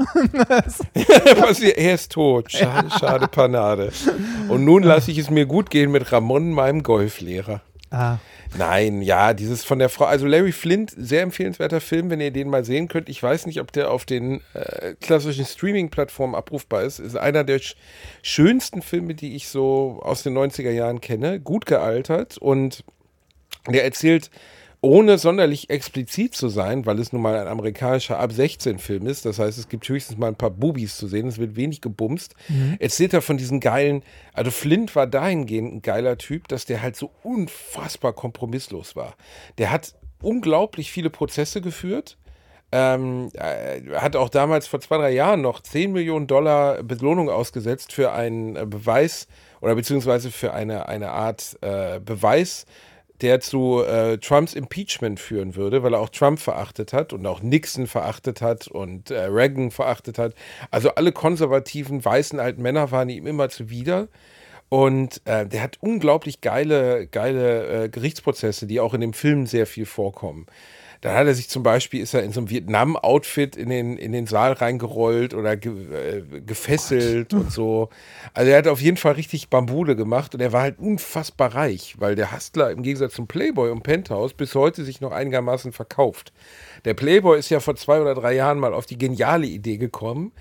Er ist tot, schade Panade. Und nun lasse ich es mir gut gehen mit Ramon, meinem Golflehrer. Nein, ja, dieses von der Frau, also Larry Flint, sehr empfehlenswerter Film, wenn ihr den mal sehen könnt. Ich weiß nicht, ob der auf den klassischen Streaming-Plattformen abrufbar ist. Ist einer der schönsten Filme, die ich so aus den 90er Jahren kenne. Gut gealtert und der erzählt, ohne sonderlich explizit zu sein, weil es nun mal ein amerikanischer Ab-16-Film ist, das heißt, es gibt höchstens mal ein paar Bubis zu sehen, es wird wenig gebumst, erzählt er von diesen geilen, also Flint war dahingehend ein geiler Typ, dass der halt so unfassbar kompromisslos war. Der hat unglaublich viele Prozesse geführt, hat auch damals vor 2-3 Jahren noch $10 Millionen Belohnung ausgesetzt für einen Beweis oder beziehungsweise für eine Art Beweis, der zu Trumps Impeachment führen würde, weil er auch Trump verachtet hat und auch Nixon verachtet hat und Reagan verachtet hat. Also alle konservativen, weißen alten Männer waren ihm immer zuwider. Und der hat unglaublich geile Gerichtsprozesse, die auch in dem Film sehr viel vorkommen. Dann hat er sich zum Beispiel, ist er in so einem Vietnam-Outfit in den Saal reingerollt oder gefesselt und so. Also er hat auf jeden Fall richtig Bambule gemacht und er war halt unfassbar reich, weil der Hustler im Gegensatz zum Playboy und Penthouse bis heute sich noch einigermaßen verkauft. Der Playboy ist ja vor 2 oder 3 Jahren mal auf die geniale Idee gekommen,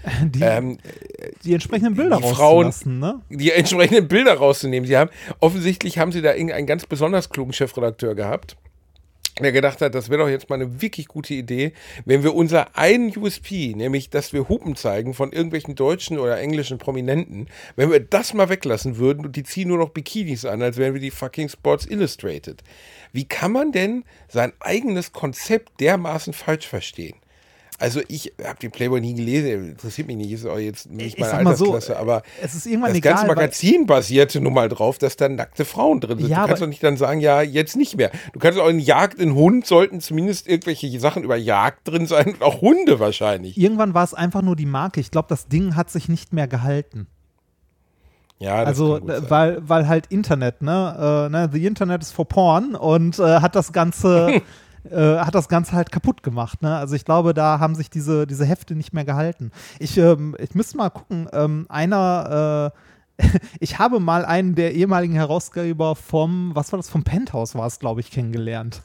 die entsprechenden Bilder rauszulassen, ne? Die entsprechenden Bilder rauszunehmen. Offensichtlich haben sie da irgendeinen ganz besonders klugen Chefredakteur gehabt, der gedacht hat, das wäre doch jetzt mal eine wirklich gute Idee, wenn wir unser einen USP, nämlich, dass wir Hupen zeigen von irgendwelchen deutschen oder englischen Prominenten, wenn wir das mal weglassen würden und die ziehen nur noch Bikinis an, als wären wir die fucking Sports Illustrated. Wie kann man denn sein eigenes Konzept dermaßen falsch verstehen? Also ich habe den Playboy nie gelesen, interessiert mich nicht, ist auch jetzt nicht meine Altersklasse, aber es ist irgendwann das ganze Magazin basierte nun mal drauf, dass da nackte Frauen drin sind. Ja, du kannst doch nicht dann sagen, ja, jetzt nicht mehr. Du kannst auch in Jagd in Hund, sollten zumindest irgendwelche Sachen über Jagd drin sein und auch Hunde wahrscheinlich. Irgendwann war es einfach nur die Marke. Ich glaube, das Ding hat sich nicht mehr gehalten. Ja, das also, kann gut sein. weil halt Internet, ne? The Internet is for Porn und hat das Ganze halt kaputt gemacht, ne? Also ich glaube, da haben sich diese Hefte nicht mehr gehalten. Ich müsste mal gucken, ich habe mal einen der ehemaligen Herausgeber vom Penthouse war es, glaube ich, kennengelernt.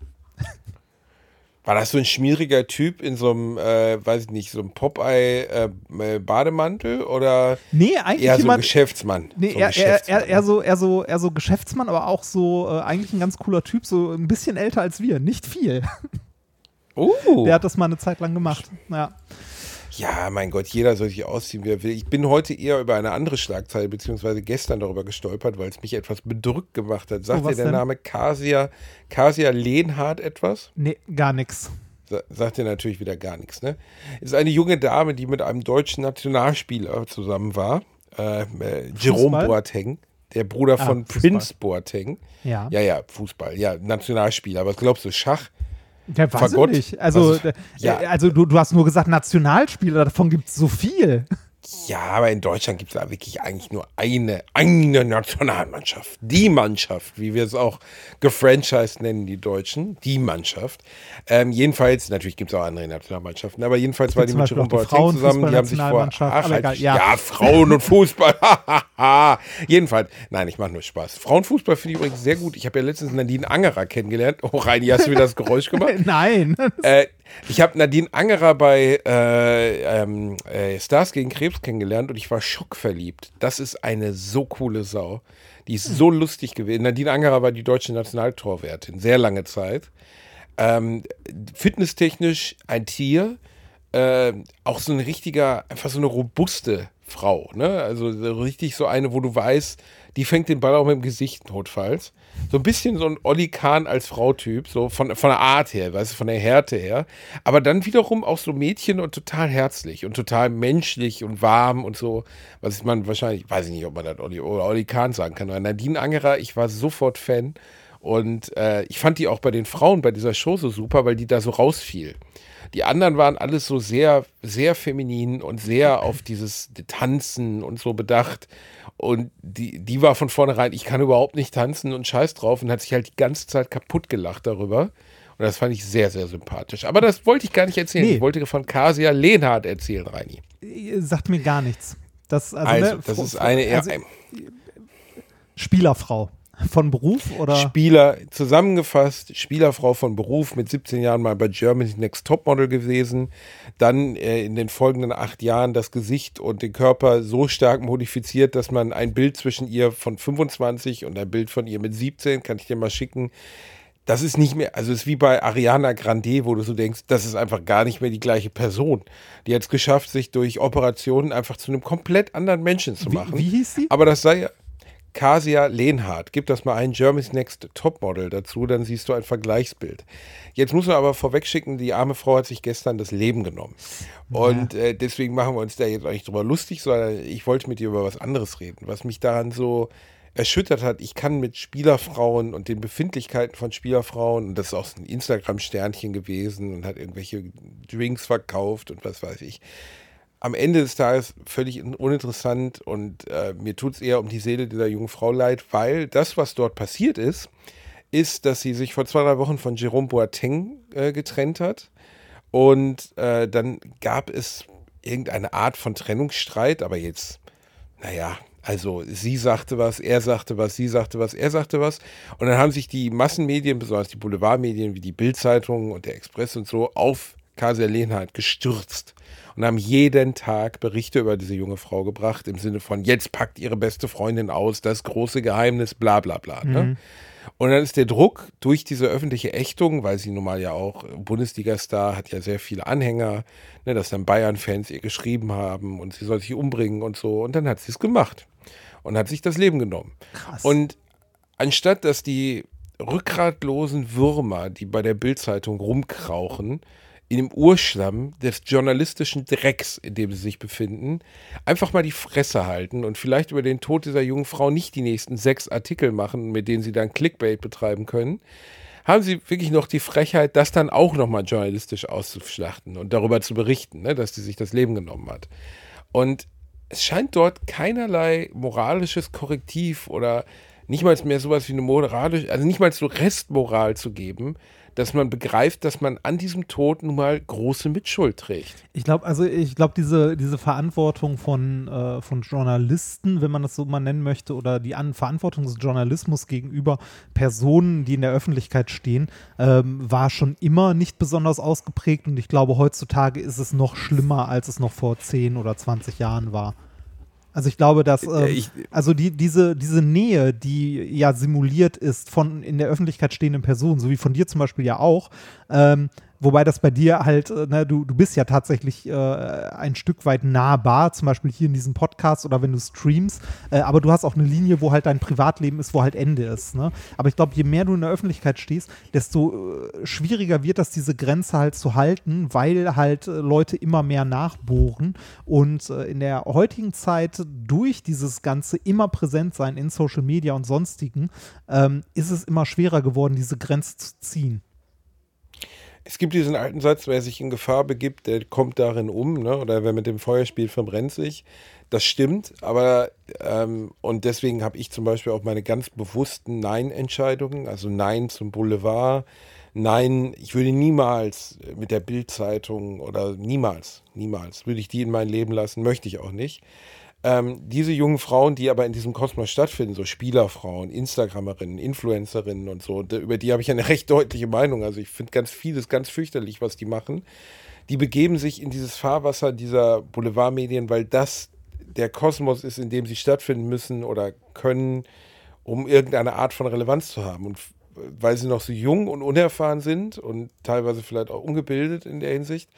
War das so ein schmieriger Typ in so einem, weiß ich nicht, so einem Popeye-Bademantel oder eigentlich eher so ein Geschäftsmann? Nee, eher so Geschäftsmann, aber auch so eigentlich ein ganz cooler Typ, so ein bisschen älter als wir, nicht viel. Der hat das mal eine Zeit lang gemacht, ja. Ja, mein Gott, jeder soll sich ausziehen, wie er will. Ich bin heute eher über eine andere Schlagzeile, beziehungsweise gestern darüber gestolpert, weil es mich etwas bedrückt gemacht hat. Sagt dir der Name Kasia Lehnhardt etwas? Nee, gar nichts. Sagt dir natürlich wieder gar nichts, ne? Ist eine junge Dame, die mit einem deutschen Nationalspieler zusammen war, Jerome Boateng, der Bruder von Prince Boateng. Ja, Fußball, ja, Nationalspieler. Was glaubst du, Schach? Ja, weiß ich nicht. Also du hast nur gesagt Nationalspieler, davon gibt es so viel. Ja, aber in Deutschland gibt es da wirklich eigentlich nur eine Nationalmannschaft. Die Mannschaft, wie wir es auch gefranchised nennen, die Deutschen. Die Mannschaft. Jedenfalls, natürlich gibt es auch andere Nationalmannschaften, aber jedenfalls war die mit Jerome Boateng zusammen. Die haben sich Frauen und Fußball. Jedenfalls, nein, ich mache nur Spaß. Frauenfußball finde ich übrigens sehr gut. Ich habe ja letztens Nadine Angerer kennengelernt. Oh, Reini, hast du wieder das Geräusch gemacht? Nein. Ich habe Nadine Angerer bei Stars gegen Krebs kennengelernt und ich war schockverliebt. Das ist eine so coole Sau. Die ist so lustig gewesen. Nadine Angerer war die deutsche Nationaltorwärtin, sehr lange Zeit. Fitnesstechnisch ein Tier. Auch so ein einfach so eine robuste Frau. Ne? Also richtig so eine, wo du weißt, die fängt den Ball auch mit dem Gesicht notfalls. So ein bisschen so ein Olli Kahn als Frau-Typ, so von der Art her, weißt du, von der Härte her. Aber dann wiederum auch so Mädchen und total herzlich und total menschlich und warm und so. Was man wahrscheinlich, weiß ich nicht, ob man das Olli Kahn sagen kann. Aber Nadine Angerer, ich war sofort Fan. Und ich fand die auch bei den Frauen bei dieser Show so super, weil die da so rausfiel. Die anderen waren alles so sehr, sehr feminin und sehr auf dieses Tanzen und so bedacht. Und die war von vornherein, ich kann überhaupt nicht tanzen und scheiß drauf und hat sich halt die ganze Zeit kaputt gelacht darüber. Und das fand ich sehr, sehr sympathisch. Aber das wollte ich gar nicht erzählen. Nee. Ich wollte von Kasia Lehnhardt erzählen, Reini. Sagt mir gar nichts. Das ist eine Spielerfrau. Von Beruf oder? Spielerfrau von Beruf, mit 17 Jahren mal bei Germany's Next Topmodel gewesen, dann in den folgenden 8 Jahren das Gesicht und den Körper so stark modifiziert, dass man ein Bild zwischen ihr von 25 und ein Bild von ihr mit 17, kann ich dir mal schicken, das ist nicht mehr, also es ist wie bei Ariana Grande, wo du so denkst, das ist einfach gar nicht mehr die gleiche Person. Die hat es geschafft, sich durch Operationen einfach zu einem komplett anderen Menschen zu machen. Wie hieß sie? Aber das sei ja Kasia Lehnhardt. Gib das mal ein, Germany's Next Topmodel dazu, dann siehst du ein Vergleichsbild. Jetzt muss man aber vorweg schicken, die arme Frau hat sich gestern das Leben genommen. Und deswegen machen wir uns da jetzt auch nicht drüber lustig, sondern ich wollte mit dir über was anderes reden, was mich daran so erschüttert hat. Ich kann mit Spielerfrauen und den Befindlichkeiten von Spielerfrauen, und das ist auch ein Instagram-Sternchen gewesen und hat irgendwelche Drinks verkauft und was weiß ich, am Ende des Tages völlig uninteressant, und mir tut es eher um die Seele dieser jungen Frau leid, weil das, was dort passiert ist, dass sie sich vor 2-3 Wochen von Jerome Boateng getrennt hat, und dann gab es irgendeine Art von Trennungsstreit, aber jetzt, naja, also sie sagte was, er sagte was, sie sagte was, er sagte was, und dann haben sich die Massenmedien, besonders die Boulevardmedien wie die Bild-Zeitung und der Express und so, auf Kasia Lehnhardt gestürzt und haben jeden Tag Berichte über diese junge Frau gebracht, im Sinne von, jetzt packt ihre beste Freundin aus, das große Geheimnis, bla bla bla. Ne? Und dann ist der Druck durch diese öffentliche Ächtung, weil sie nun mal ja auch Bundesliga-Star, hat ja sehr viele Anhänger, ne, dass dann Bayern-Fans ihr geschrieben haben und sie soll sich umbringen und so, und dann hat sie es gemacht und hat sich das Leben genommen. Krass. Und anstatt dass die rückgratlosen Würmer, die bei der Bild-Zeitung rumkrauchen, in dem Urschlamm des journalistischen Drecks, in dem sie sich befinden, einfach mal die Fresse halten und vielleicht über den Tod dieser jungen Frau nicht die nächsten 6 Artikel machen, mit denen sie dann Clickbait betreiben können, haben sie wirklich noch die Frechheit, das dann auch nochmal journalistisch auszuschlachten und darüber zu berichten, ne, dass sie sich das Leben genommen hat. Und es scheint dort keinerlei moralisches Korrektiv oder nicht mal mehr sowas wie eine moralische, also nicht mal so Restmoral zu geben, dass man begreift, dass man an diesem Tod nun mal große Mitschuld trägt. Ich glaube, diese Verantwortung von Journalisten, wenn man das so mal nennen möchte, oder die Verantwortung des Journalismus gegenüber Personen, die in der Öffentlichkeit stehen, war schon immer nicht besonders ausgeprägt, und ich glaube, heutzutage ist es noch schlimmer, als es noch vor 10 oder 20 Jahren war. Also ich glaube, dass diese Nähe, die ja simuliert ist von in der Öffentlichkeit stehenden Personen, so wie von dir zum Beispiel ja auch, wobei das bei dir halt, du bist ja tatsächlich ein Stück weit nahbar, zum Beispiel hier in diesem Podcast oder wenn du streamst, aber du hast auch eine Linie, wo halt dein Privatleben ist, wo halt Ende ist. Ne? Aber ich glaube, je mehr du in der Öffentlichkeit stehst, desto schwieriger wird das, diese Grenze halt zu halten, weil halt Leute immer mehr nachbohren, und in der heutigen Zeit durch dieses ganze immer präsent sein in Social Media und sonstigen, ist es immer schwerer geworden, diese Grenze zu ziehen. Es gibt diesen alten Satz, wer sich in Gefahr begibt, der kommt darin um, ne? Oder wer mit dem Feuer spielt, verbrennt sich. Das stimmt, aber und deswegen habe ich zum Beispiel auch meine ganz bewussten Nein-Entscheidungen, also Nein zum Boulevard, Nein, ich würde niemals mit der Bild-Zeitung oder niemals würde ich die in mein Leben lassen, möchte ich auch nicht. Diese jungen Frauen, die aber in diesem Kosmos stattfinden, so Spielerfrauen, Instagrammerinnen, Influencerinnen und so, über die habe ich eine recht deutliche Meinung. Also ich finde ganz vieles ganz fürchterlich, was die machen. Die begeben sich in dieses Fahrwasser dieser Boulevardmedien, weil das der Kosmos ist, in dem sie stattfinden müssen oder können, um irgendeine Art von Relevanz zu haben. Und weil sie noch so jung und unerfahren sind und teilweise vielleicht auch ungebildet in der Hinsicht,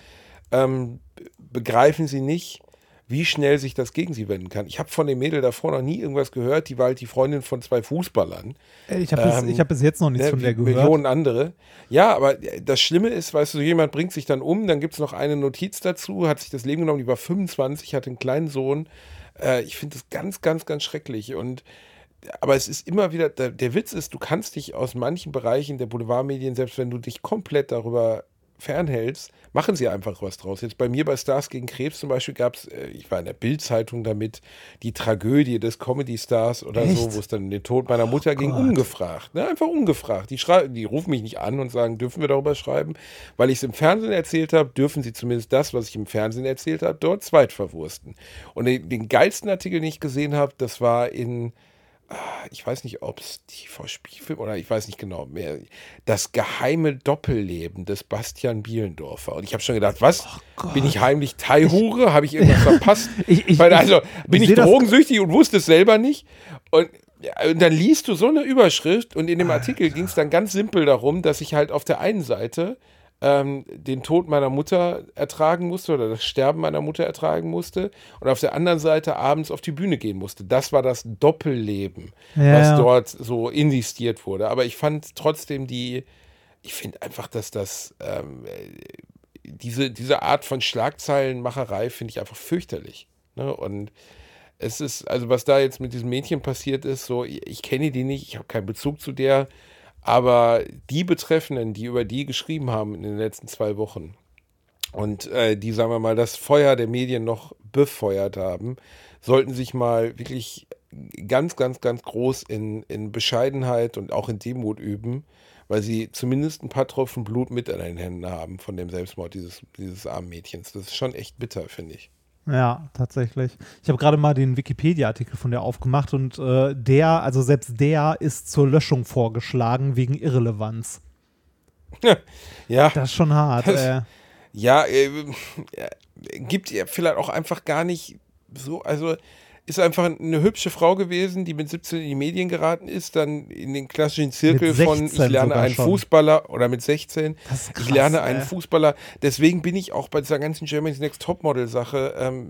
begreifen sie nicht, wie schnell sich das gegen sie wenden kann. Ich habe von dem Mädel davor noch nie irgendwas gehört. Die war halt die Freundin von 2 Fußballern. Ich hab bis jetzt noch nichts von der gehört. Millionen andere. Ja, aber das Schlimme ist, weißt du, jemand bringt sich dann um, dann gibt es noch eine Notiz dazu, hat sich das Leben genommen, die war 25, hatte einen kleinen Sohn. Ich finde das ganz, ganz, ganz schrecklich. Aber es ist immer wieder, der Witz ist, du kannst dich aus manchen Bereichen der Boulevardmedien, selbst wenn du dich komplett darüber fernhältst, machen sie einfach was draus. Jetzt bei mir bei Stars gegen Krebs zum Beispiel gab es, ich war in der Bild-Zeitung damit, die Tragödie des Comedy-Stars oder Echt? so, wo es dann um den Tod meiner Mutter ging, ungefragt. Ne? Einfach ungefragt. Die rufen mich nicht an und sagen, dürfen wir darüber schreiben? Weil ich es im Fernsehen erzählt habe, dürfen sie zumindest das, was ich im Fernsehen erzählt habe, dort zweitverwursten. Und den geilsten Artikel, den ich gesehen habe, das war in ich weiß nicht, ob es TV-Spielfilm oder ich weiß nicht genau mehr, das geheime Doppelleben des Bastian Bielendorfer. Und ich habe schon gedacht, was? Bin ich heimlich Thai-Hure? Habe ich irgendwas verpasst? Bin ich drogensüchtig und wusste es selber nicht? Und dann liest du so eine Überschrift und in dem Artikel ging es dann ganz simpel darum, dass ich halt auf der einen Seite den Tod meiner Mutter ertragen musste oder das Sterben meiner Mutter ertragen musste und auf der anderen Seite abends auf die Bühne gehen musste. Das war das Doppelleben, was dort so insistiert wurde. Aber ich fand trotzdem ich finde einfach, dass diese Art von Schlagzeilenmacherei finde ich einfach fürchterlich. Ne? Und es ist, also was da jetzt mit diesem Mädchen passiert ist, so, ich kenne die nicht, ich habe keinen Bezug zu der, aber die Betreffenden, die über die geschrieben haben in den letzten 2 Wochen und die, sagen wir mal, das Feuer der Medien noch befeuert haben, sollten sich mal wirklich ganz, ganz, ganz groß in Bescheidenheit und auch in Demut üben, weil sie zumindest ein paar Tropfen Blut mit an den Händen haben von dem Selbstmord dieses armen Mädchens. Das ist schon echt bitter, finde ich. Ja, tatsächlich. Ich habe gerade mal den Wikipedia-Artikel von der aufgemacht und selbst der ist zur Löschung vorgeschlagen wegen Irrelevanz. Ja. Das ist schon hart. Gibt ihr vielleicht auch einfach gar nicht so, also ist einfach eine hübsche Frau gewesen, die mit 17 in die Medien geraten ist, dann in den klassischen Zirkel von ich lerne einen Fußballer oder mit 16, krass, ich lerne einen Fußballer. Deswegen bin ich auch bei dieser ganzen Germany's Next Topmodel-Sache,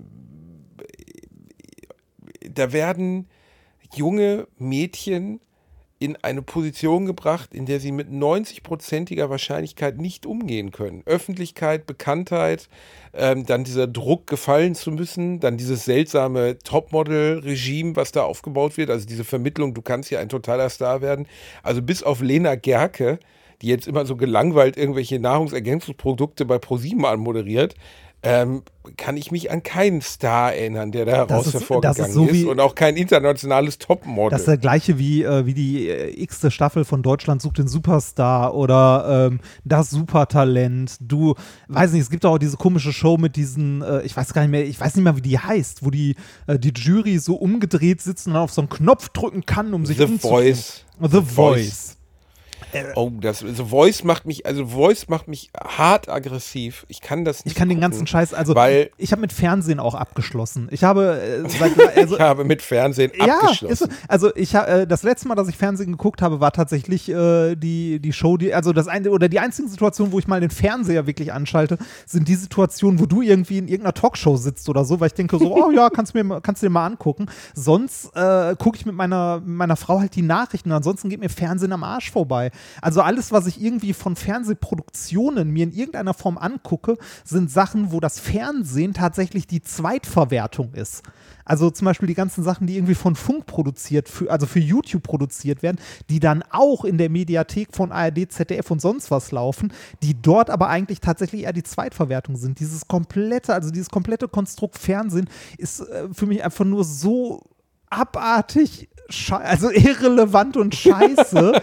da werden junge Mädchen in eine Position gebracht, in der sie mit 90%iger Wahrscheinlichkeit nicht umgehen können. Öffentlichkeit, Bekanntheit, dann dieser Druck, gefallen zu müssen, dann dieses seltsame Topmodel-Regime, was da aufgebaut wird, also diese Vermittlung, du kannst hier ein totaler Star werden. Also bis auf Lena Gerke, die jetzt immer so gelangweilt irgendwelche Nahrungsergänzungsprodukte bei ProSieben anmoderiert, kann ich mich an keinen Star erinnern, der da hervorgegangen ist und auch kein internationales Topmodel. Das ist der gleiche wie die x-te Staffel von Deutschland sucht den Superstar oder das Supertalent. Du, weiß nicht, es gibt auch diese komische Show mit diesen, ich weiß nicht mehr, wie die heißt, wo die Jury so umgedreht sitzt und dann auf so einen Knopf drücken kann, um sich umzudrehen. The Voice. Oh, The Voice macht mich hart aggressiv. Ich kann das nicht. Ich kann den ganzen Scheiß, weil ich habe mit Fernsehen auch abgeschlossen. Ich habe ich habe mit Fernsehen abgeschlossen. Das letzte Mal, dass ich Fernsehen geguckt habe, war tatsächlich die Show, die einzige Situation, wo ich mal den Fernseher wirklich anschalte, sind die Situationen, wo du irgendwie in irgendeiner Talkshow sitzt oder so, weil ich denke so, oh ja, kannst du dir mal angucken. Sonst gucke ich mit meiner Frau halt die Nachrichten und ansonsten geht mir Fernsehen am Arsch vorbei. Also alles, was ich irgendwie von Fernsehproduktionen mir in irgendeiner Form angucke, sind Sachen, wo das Fernsehen tatsächlich die Zweitverwertung ist. Also zum Beispiel die ganzen Sachen, die irgendwie von Funk produziert, für YouTube produziert werden, die dann auch in der Mediathek von ARD, ZDF und sonst was laufen, die dort aber eigentlich tatsächlich eher die Zweitverwertung sind. Dieses komplette Konstrukt Fernsehen ist für mich einfach nur so abartig, also irrelevant und scheiße.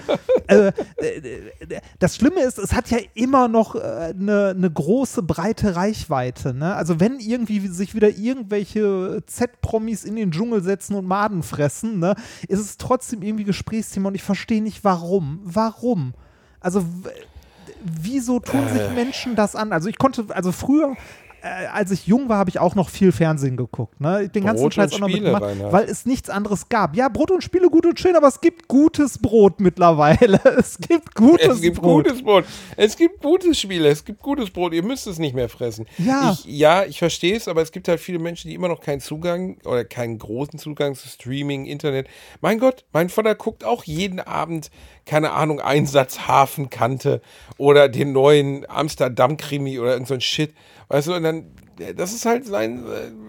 Das Schlimme ist, es hat ja immer noch eine große, breite Reichweite. Ne? Also wenn irgendwie sich wieder irgendwelche Z-Promis in den Dschungel setzen und Maden fressen, ne, ist es trotzdem irgendwie Gesprächsthema und ich verstehe nicht, warum. Warum? Also wieso tun sich Menschen das an? Also früher, als ich jung war, habe ich auch noch viel Fernsehen geguckt. Ne? Den ganzen Scheiß auch noch mitgemacht, weil es nichts anderes gab. Ja, Brot und Spiele, gut und schön, aber es gibt gutes Brot mittlerweile. Es gibt gutes Brot. Es gibt gutes Spiele, es gibt gutes Brot. Ihr müsst es nicht mehr fressen. Ja. Ich verstehe es, aber es gibt halt viele Menschen, die immer noch keinen Zugang oder keinen großen Zugang zu Streaming, Internet. Mein Gott, mein Vater guckt auch jeden Abend, keine Ahnung, Einsatz Hafenkante oder den neuen Amsterdam-Krimi oder irgend so ein Shit. Weißt du, und dann, das ist halt sein,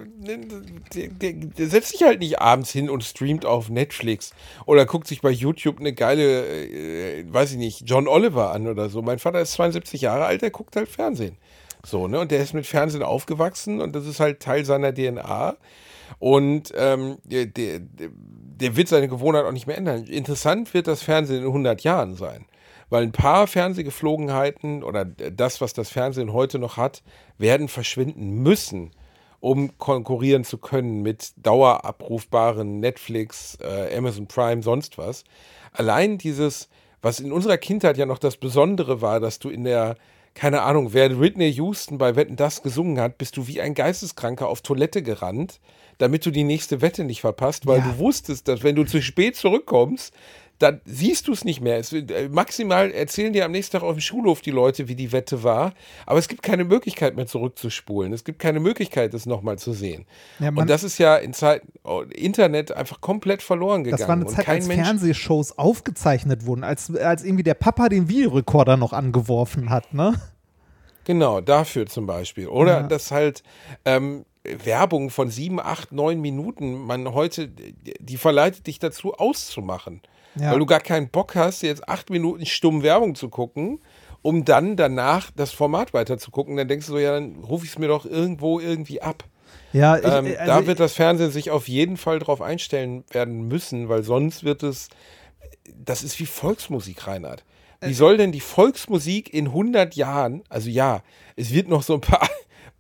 der setzt sich halt nicht abends hin und streamt auf Netflix oder guckt sich bei YouTube eine geile, weiß ich nicht, John Oliver an oder so. Mein Vater ist 72 Jahre alt, der guckt halt Fernsehen. So, ne, und der ist mit Fernsehen aufgewachsen und das ist halt Teil seiner DNA. Und der wird seine Gewohnheit auch nicht mehr ändern. Interessant wird das Fernsehen in 100 Jahren sein. Weil ein paar Fernsehgeflogenheiten oder das, was das Fernsehen heute noch hat, werden verschwinden müssen, um konkurrieren zu können mit dauerabrufbaren Netflix, Amazon Prime, sonst was. Allein dieses, was in unserer Kindheit ja noch das Besondere war, dass du in der, keine Ahnung, wer Whitney Houston bei Wetten, das gesungen hat, bist du wie ein Geisteskranker auf Toilette gerannt, damit du die nächste Wette nicht verpasst, weil du wusstest, dass wenn du zu spät zurückkommst, dann siehst du es nicht mehr. Maximal erzählen dir am nächsten Tag auf dem Schulhof die Leute, wie die Wette war, aber es gibt keine Möglichkeit mehr zurückzuspulen. Es gibt keine Möglichkeit, das nochmal zu sehen. Ja, und das ist ja in Zeiten Internet einfach komplett verloren gegangen. Das war eine und Zeit, kein als Mensch Fernsehshows aufgezeichnet wurden, als irgendwie der Papa den Videorekorder noch angeworfen hat, ne? Genau, dafür zum Beispiel. Oder dass halt Werbung von 7, 8, 9 Minuten, man heute, die verleitet dich dazu auszumachen. Ja. Weil du gar keinen Bock hast, jetzt 8 Minuten stumm Werbung zu gucken, um dann danach das Format weiter zu gucken. Dann denkst du so, ja, dann rufe ich es mir doch irgendwo irgendwie ab. Ja, da wird das Fernsehen sich auf jeden Fall drauf einstellen werden müssen, weil sonst wird das ist wie Volksmusik, Reinhard. Wie soll denn die Volksmusik in 100 Jahren, also ja, es wird noch so ein paar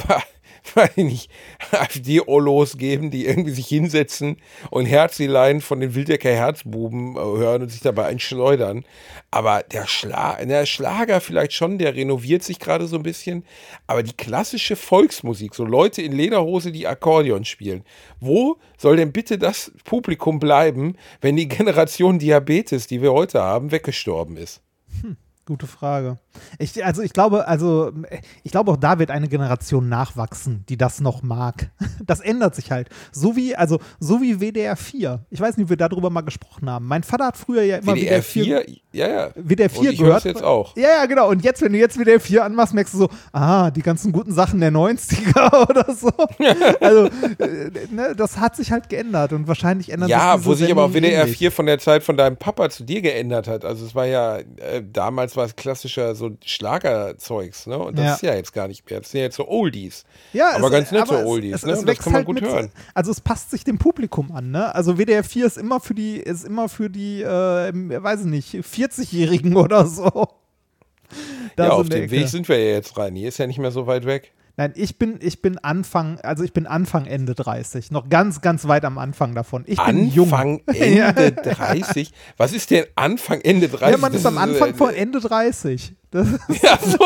weiß ich nicht, AfD-Ollos geben, die irgendwie sich hinsetzen und Herzilein von den Wildecker Herzbuben hören und sich dabei einschleudern. Aber der Schlager vielleicht schon, der renoviert sich gerade so ein bisschen. Aber die klassische Volksmusik, so Leute in Lederhose, die Akkordeon spielen, wo soll denn bitte das Publikum bleiben, wenn die Generation Diabetes, die wir heute haben, weggestorben ist? Gute Frage. Ich glaube, auch da wird eine Generation nachwachsen, die das noch mag. Das ändert sich halt. So wie WDR 4. Ich weiß nicht, ob wir darüber mal gesprochen haben. Mein Vater hat früher ja immer WDR 4. Ja. WDR 4 ich höre es jetzt auch. Ja, genau. Und jetzt, wenn du jetzt WDR 4 anmachst, merkst du so, die ganzen guten Sachen der 90er oder so. Also, das hat sich halt geändert und wahrscheinlich ändert sich Ja, wo sich aber auch WDR ähnlich. 4 von der Zeit von deinem Papa zu dir geändert hat. Also es war ja, damals war es klassischer so Schlagerzeugs, ne? Und das ist ja jetzt gar nicht mehr. Das sind ja jetzt so Oldies. Ja, aber ganz nette Oldies, ne? Es Das kann man halt gut hören. Also es passt sich dem Publikum an, ne? Also WDR 4 ist immer für die weiß ich nicht, 40-Jährigen oder so. Auf dem Weg sind wir ja jetzt rein. Hier ist ja nicht mehr so weit weg. Nein, ich bin Anfang, Ende 30. Noch ganz, ganz weit am Anfang davon. Ich bin jung. Anfang, Ende 30? Was ist denn Anfang, Ende 30? Ja, man ist am Anfang von Ende 30. Ja, so.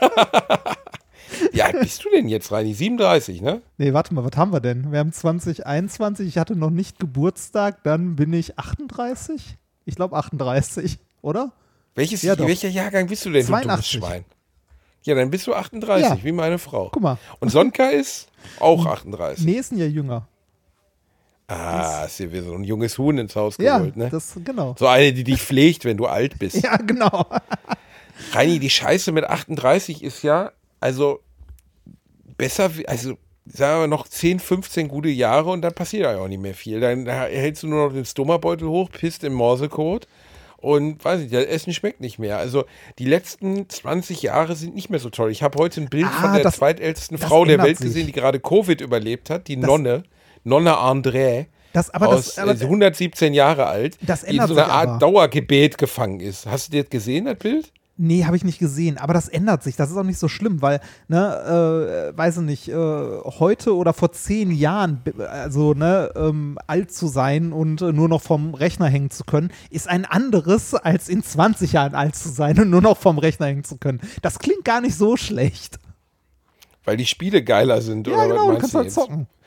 Wie alt bist du denn jetzt, Reini? 37, ne? Nee, warte mal, was haben wir denn? Wir haben 2021, ich hatte noch nicht Geburtstag, dann bin ich 38? Ich glaube 38, oder? Welcher Jahrgang bist du denn, 82. du dummes Schwein? Ja, dann bist du 38, wie meine Frau. Guck mal. Und Sonka ist auch 38. Nee, ist ein Jahr jünger. Ist dir wie so ein junges Huhn ins Haus Ja, geholt, ne? Genau. So eine, die dich pflegt, wenn du alt bist. Ja, genau. Reini, die Scheiße mit 38 ist ja, also besser, also sagen wir noch 10, 15 gute Jahre und dann passiert ja auch nicht mehr viel. Dann hältst du nur noch den Stomabeutel hoch, pisst im Morsecode und weiß nicht, das Essen schmeckt nicht mehr. Also die letzten 20 Jahre sind nicht mehr so toll. Ich habe heute ein Bild von der zweitältesten Frau der Welt gesehen, die gerade Covid überlebt hat, die Nonne André. Aus 117 Jahre alt, die in so einer Art Dauergebet gefangen ist. Hast du das gesehen, das Bild? Nee, habe ich nicht gesehen, aber das ändert sich. Das ist auch nicht so schlimm, weil, weiß ich nicht, heute oder vor 10 Jahren, also, alt zu sein und nur noch vom Rechner hängen zu können, ist ein anderes, als in 20 Jahren alt zu sein und nur noch vom Rechner hängen zu können. Das klingt gar nicht so schlecht. Weil die Spiele geiler sind, ja, oder genau, was meinst du kannst halt zocken.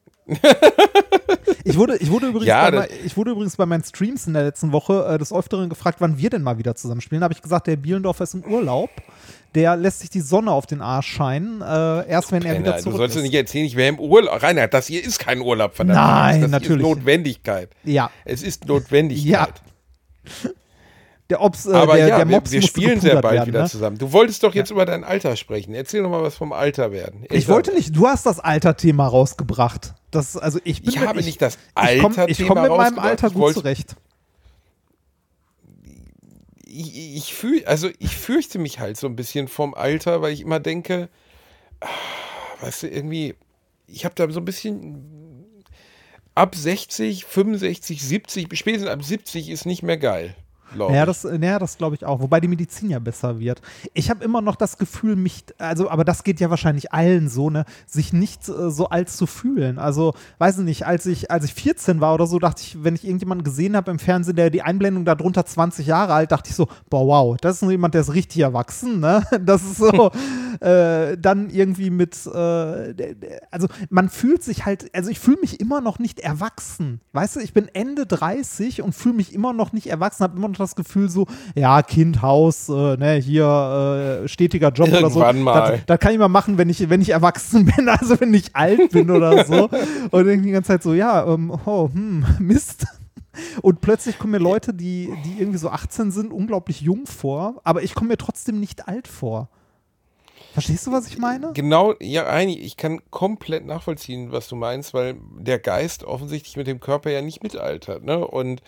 Ich wurde übrigens bei meinen Streams in der letzten Woche des Öfteren gefragt, wann wir denn mal wieder zusammen spielen. Da habe ich gesagt, der Bielendorfer ist im Urlaub. Der lässt sich die Sonne auf den Arsch scheinen, erst wenn er wieder zurück ist. Du sollst nicht erzählen, ich wäre im Urlaub. Reinhard, das hier ist kein Urlaub, verdammt. Nein, das natürlich. ist Notwendigkeit. Ja. Es ist Notwendigkeit. Ja. Wir spielen sehr bald wieder zusammen. Du wolltest doch jetzt über dein Alter sprechen. Erzähl doch mal was vom Alter werden. Ich wollte nicht, du hast das Alter-Thema rausgebracht. Ich habe nicht das Alter-Thema rausgebracht. Ich komme mit meinem Alter gut zurecht. Ich fürchte mich halt so ein bisschen vom Alter, weil ich immer denke, weißt du, irgendwie, ich habe da so ein bisschen ab 60, 65, 70, spätestens ab 70 ist nicht mehr geil. glaube ich. Das glaube ich auch. Wobei die Medizin ja besser wird. Ich habe immer noch das Gefühl, aber das geht ja wahrscheinlich allen so, ne, sich nicht so alt zu fühlen. Also, weiß ich nicht, als ich 14 war oder so, dachte ich, wenn ich irgendjemanden gesehen habe im Fernsehen, der die Einblendung darunter 20 Jahre alt, dachte ich so, boah, wow, das ist nur jemand, der ist richtig erwachsen, ne? Das ist so, dann irgendwie also man fühlt sich halt, also ich fühle mich immer noch nicht erwachsen. Weißt du, ich bin Ende 30 und fühle mich immer noch nicht erwachsen, habe immer noch das Gefühl so, ja, Kind, Haus, ne, hier stetiger Job Irgendwann oder so. mal. Das kann ich mal machen, wenn ich erwachsen bin, also wenn ich alt bin oder so. Und irgendwie die ganze Zeit so, ja, Mist. Und plötzlich kommen mir Leute, die irgendwie so 18 sind, unglaublich jung vor, aber ich komme mir trotzdem nicht alt vor. Verstehst du, was ich meine? Genau, ja, ich kann komplett nachvollziehen, was du meinst, weil der Geist offensichtlich mit dem Körper ja nicht mitaltert, ne? Und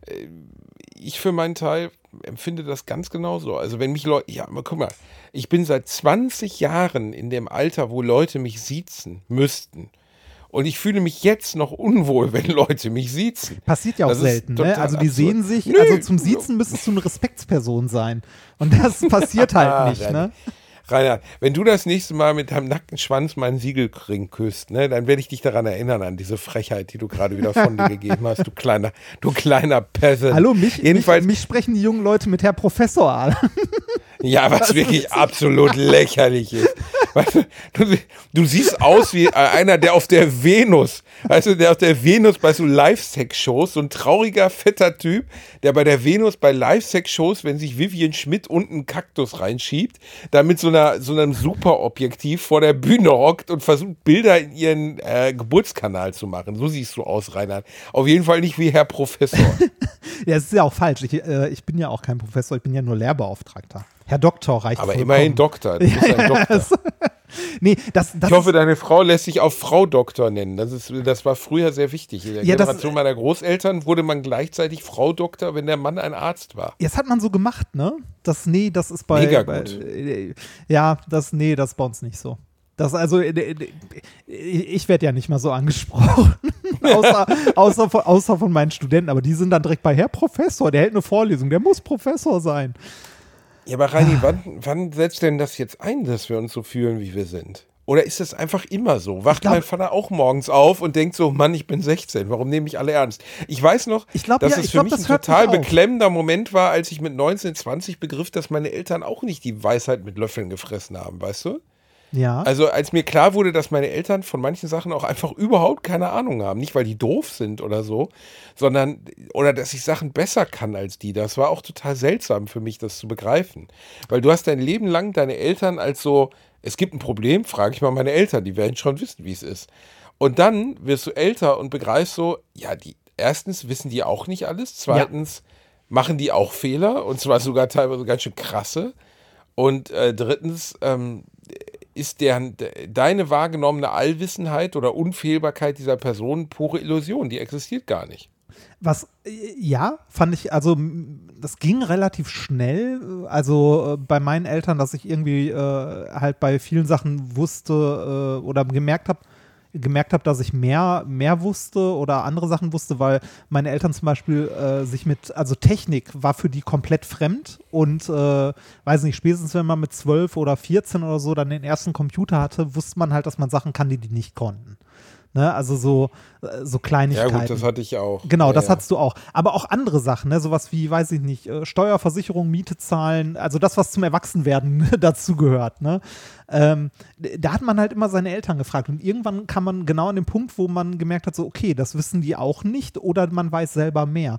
ich für meinen Teil empfinde das ganz genauso. Also wenn mich Leute, ja, aber guck mal, ich bin seit 20 Jahren in dem Alter, wo Leute mich siezen müssten. Und ich fühle mich jetzt noch unwohl, wenn Leute mich siezen. Passiert ja auch Das ist selten, ne? total Also die absurd. sehen sich, Nö. also zum Siezen müsstest du eine Respektsperson sein. Und das passiert halt nicht, ne? Rainer, wenn du das nächste Mal mit deinem nackten Schwanz meinen Siegelring küsst, ne, dann werde ich dich daran erinnern, an diese Frechheit, die du gerade wieder von dir gegeben hast, du kleiner Peasant. Hallo, mich Jedenfalls, sprechen die jungen Leute mit Herr Professor an. ja, was wirklich absolut lächerlich ist. Weißt du siehst aus wie einer, der auf der Venus, weißt du, der auf der Venus bei so Live-Sex-Shows, so ein trauriger, fetter Typ, der bei der Venus bei Live-Sex-Shows, wenn sich Vivian Schmidt unten einen Kaktus reinschiebt, da mit so einem Superobjektiv vor der Bühne hockt und versucht, Bilder in ihren Geburtskanal zu machen. So siehst du aus, Reinhard. Auf jeden Fall nicht wie Herr Professor. Ja, es ist ja auch falsch. Ich bin ja auch kein Professor, ich bin ja nur Lehrbeauftragter. Herr Doktor reicht Aber vollkommen. immerhin Doktor. Du bist ein Doktor. Nee, Ich hoffe, deine Frau lässt sich auch Frau Doktor nennen. Das war früher sehr wichtig. In der Generation meiner Großeltern wurde man gleichzeitig Frau Doktor, wenn der Mann ein Arzt war. Jetzt hat man so gemacht, ne? Das ist bei... Mega gut. Das ist bei uns nicht so. Ich werde ja nicht mal so angesprochen. außer von meinen Studenten. Aber die sind dann direkt bei Herr Professor, der hält eine Vorlesung, der muss Professor sein. Ja, aber Reini, wann setzt denn das jetzt ein, dass wir uns so fühlen, wie wir sind? Oder ist das einfach immer so? Wacht mein Vater auch morgens auf und denkt so, Mann, ich bin 16, warum nehme ich alle ernst? Ich weiß noch, dass es für mich ein total beklemmender Moment war, als ich mit 19, 20 begriff, dass meine Eltern auch nicht die Weisheit mit Löffeln gefressen haben, weißt du? Ja. Also als mir klar wurde, dass meine Eltern von manchen Sachen auch einfach überhaupt keine Ahnung haben, nicht weil die doof sind oder so, oder dass ich Sachen besser kann als die, das war auch total seltsam für mich, das zu begreifen. Weil du hast dein Leben lang deine Eltern als so, es gibt ein Problem, frage ich mal meine Eltern, die werden schon wissen, wie es ist. Und dann wirst du älter und begreifst so, ja, erstens wissen die auch nicht alles, zweitens machen die auch Fehler und zwar sogar teilweise ganz schön krasse und drittens ist deine wahrgenommene Allwissenheit oder Unfehlbarkeit dieser Person pure Illusion, die existiert gar nicht. Fand ich, also das ging relativ schnell, also bei meinen Eltern, dass ich irgendwie halt bei vielen Sachen wusste oder gemerkt habe, dass ich mehr wusste oder andere Sachen wusste, weil meine Eltern zum Beispiel also Technik war für die komplett fremd und weiß nicht, spätestens wenn man mit 12 oder 14 oder so dann den ersten Computer hatte, wusste man halt, dass man Sachen kann, die nicht konnten. Ne? Also so Kleinigkeiten. Ja gut, das hatte ich auch. Genau, das hattest du auch. Aber auch andere Sachen, ne? Sowas wie, weiß ich nicht, Steuerversicherung, Miete zahlen, also das, was zum Erwachsenwerden dazugehört. Ne? Da hat man halt immer seine Eltern gefragt und irgendwann kam man genau an den Punkt, wo man gemerkt hat, so okay, das wissen die auch nicht oder man weiß selber mehr.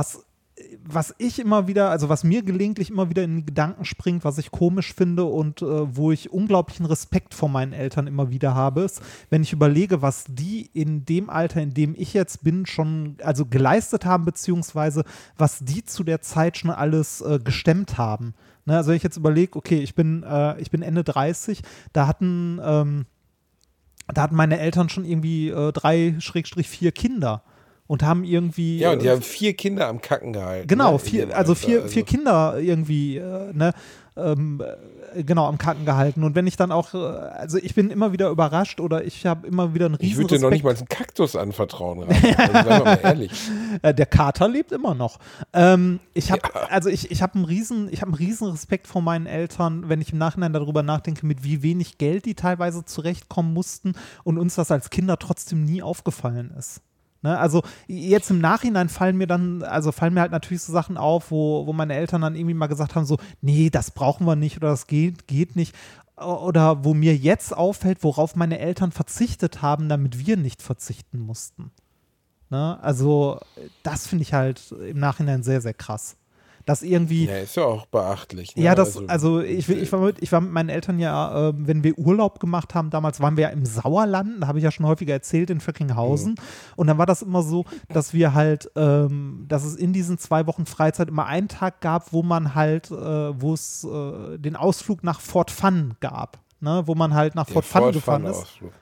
Was ich immer wieder, also was mir gelegentlich immer wieder in die Gedanken springt, was ich komisch finde und wo ich unglaublichen Respekt vor meinen Eltern immer wieder habe, ist, wenn ich überlege, was die in dem Alter, in dem ich jetzt bin, schon also geleistet haben, beziehungsweise was die zu der Zeit schon alles gestemmt haben. Ne, also wenn ich jetzt überlege, okay, ich bin Ende 30, da hatten meine Eltern schon irgendwie 3/4 Kinder. und haben irgendwie. Ja, und die haben 4 Kinder am Kacken gehalten. Genau, ne? vier Kinder irgendwie, genau, am Kacken gehalten. Und wenn ich dann auch, also ich bin immer wieder überrascht oder ich habe immer wieder einen riesen Ich würde dir noch nicht mal einen Kaktus anvertrauen, Rafa. Also seien wir mal ehrlich. Der Kater lebt immer noch. Ich habe einen riesen Respekt vor meinen Eltern, wenn ich im Nachhinein darüber nachdenke, mit wie wenig Geld die teilweise zurechtkommen mussten und uns das als Kinder trotzdem nie aufgefallen ist. Ne, also jetzt im Nachhinein fallen mir halt natürlich so Sachen auf, wo meine Eltern dann irgendwie mal gesagt haben, so, nee, das brauchen wir nicht oder das geht nicht. Oder wo mir jetzt auffällt, worauf meine Eltern verzichtet haben, damit wir nicht verzichten mussten. Ne? Also das finde ich halt im Nachhinein sehr, sehr krass. Das irgendwie. Ja, ist ja auch beachtlich. Ne? Ja, ich war mit meinen Eltern ja, wenn wir Urlaub gemacht haben, damals waren wir ja im Sauerland, da habe ich ja schon häufiger erzählt, in Vöckinghausen. Und dann war das immer so, dass wir halt, dass es in diesen 2 Wochen Freizeit immer einen Tag gab, wo man halt, wo es den Ausflug nach Fort Fun gab. Ne? Wo man halt nach Fort Fun gefahren ist.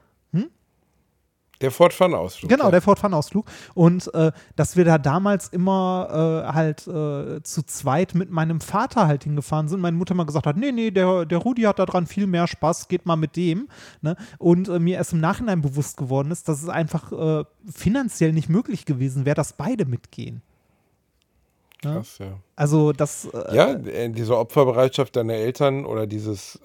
Der Fort Fun-Ausflug. Genau, der Fort Fun-Ausflug. Und dass wir da damals immer zu zweit mit meinem Vater halt hingefahren sind. Meine Mutter mal gesagt hat, nee, der Rudi hat daran viel mehr Spaß, geht mal mit dem. Ne? Und mir erst im Nachhinein bewusst geworden ist, dass es einfach finanziell nicht möglich gewesen wäre, dass beide mitgehen. Krass, ja. Also das diese Opferbereitschaft deiner Eltern oder dieses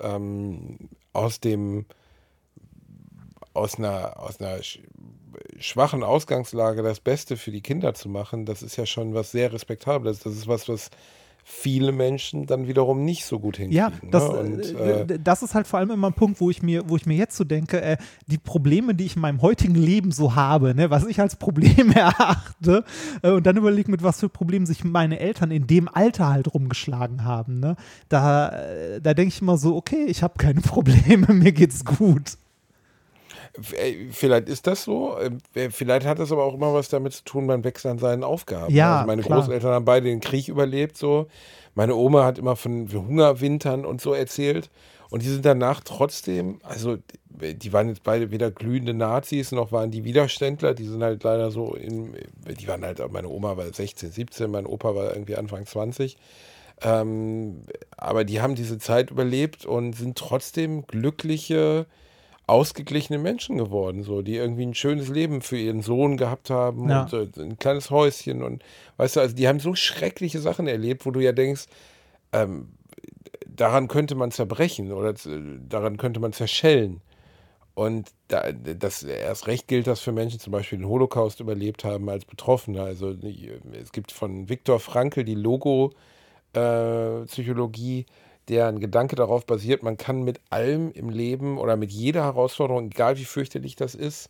aus einer schwachen Ausgangslage das Beste für die Kinder zu machen, das ist ja schon was sehr Respektables. Das ist was viele Menschen dann wiederum nicht so gut hinkriegen. Ja, das ist halt vor allem immer ein Punkt, wo ich mir jetzt so denke, die Probleme, die ich in meinem heutigen Leben so habe, ne, was ich als Problem erachte, und dann überlege, mit was für Problemen sich meine Eltern in dem Alter halt rumgeschlagen haben. Ne? Da denke ich immer so, okay, ich habe keine Probleme, mir geht's gut. Vielleicht ist das so, vielleicht hat das aber auch immer was damit zu tun, man wächst an seinen Aufgaben. Ja, also meine klar. Großeltern haben beide den Krieg überlebt, so. Meine Oma hat immer von Hungerwintern und so erzählt und die sind danach trotzdem, also die waren jetzt beide weder glühende Nazis, noch waren die Widerständler, die sind halt leider so, die waren halt, meine Oma war 16, 17, mein Opa war irgendwie Anfang 20, aber die haben diese Zeit überlebt und sind trotzdem glückliche, ausgeglichene Menschen geworden, so, die irgendwie ein schönes Leben für ihren Sohn gehabt haben und ein kleines Häuschen und weißt du, also die haben so schreckliche Sachen erlebt, wo du ja denkst, daran könnte man zerbrechen oder daran könnte man zerschellen. Und das erst recht gilt das für Menschen, zum Beispiel den Holocaust überlebt haben als Betroffene. Also es gibt von Viktor Frankl die Logo-Psychologie, deren Gedanke darauf basiert, man kann mit allem im Leben oder mit jeder Herausforderung, egal wie fürchterlich das ist,